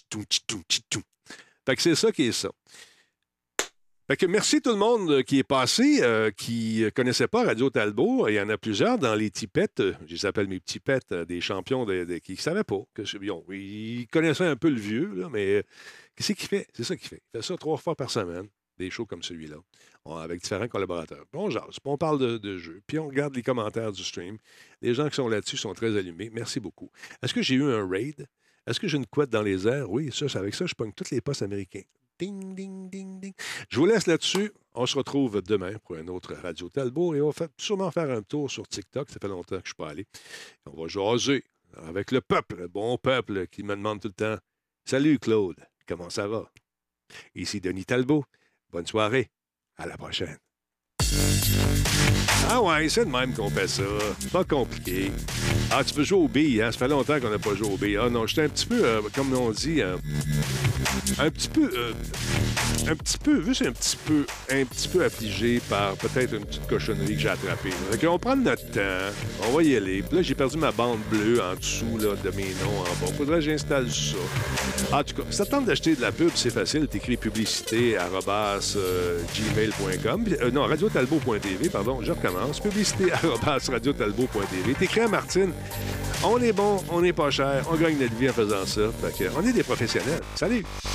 Fait que c'est ça qui est ça. Fait que merci tout le monde qui est passé, qui ne connaissait pas Radio Talbot. Il y en a plusieurs dans les tipettes. Je les appelle mes petits pets, des champions qui ne savaient pas. Ils connaissaient un peu le vieux, là, mais qu'est-ce qu'il fait? C'est ça qu'il fait. Il fait ça 3 fois par semaine, des shows comme celui-là, avec différents collaborateurs. Puis on jase, puis on parle de jeux, puis on regarde les commentaires du stream. Les gens qui sont là-dessus sont très allumés. Merci beaucoup. Est-ce que j'ai eu un raid? Est-ce que j'ai une couette dans les airs? Oui, ça, avec ça, je pogne tous les postes américains. Ding, ding, ding, ding. Je vous laisse là-dessus. On se retrouve demain pour un autre Radio Talbot et on va sûrement faire un tour sur TikTok. Ça fait longtemps que je ne suis pas allé. On va jaser avec le peuple, le bon peuple qui me demande tout le temps « Salut Claude, comment ça va? » Ici Denis Talbot. Bonne soirée. À la prochaine. Ah ouais, c'est de même qu'on fait ça. C'est pas compliqué. Ah, tu peux jouer aux billes, hein? Ça fait longtemps qu'on n'a pas joué aux billes. Ah non, j'étais un petit peu, comme on dit, un petit peu affligé par peut-être une petite cochonnerie que j'ai attrapée. Donc, on prend notre temps, on va y aller. Puis là, j'ai perdu ma bande bleue en dessous là, de mes noms en bas. Faudrait que j'installe ça. En tout cas, si t'attends d'acheter de la pub, c'est facile. T'écris publicité @gmail.com. Non, radiotalbot.tv, pardon, je recommence. Publicité @radiotalbot.tv. T'écris à Martine. On est bon, on n'est pas cher, on gagne notre vie en faisant ça. Fait que, on est des professionnels. Salut!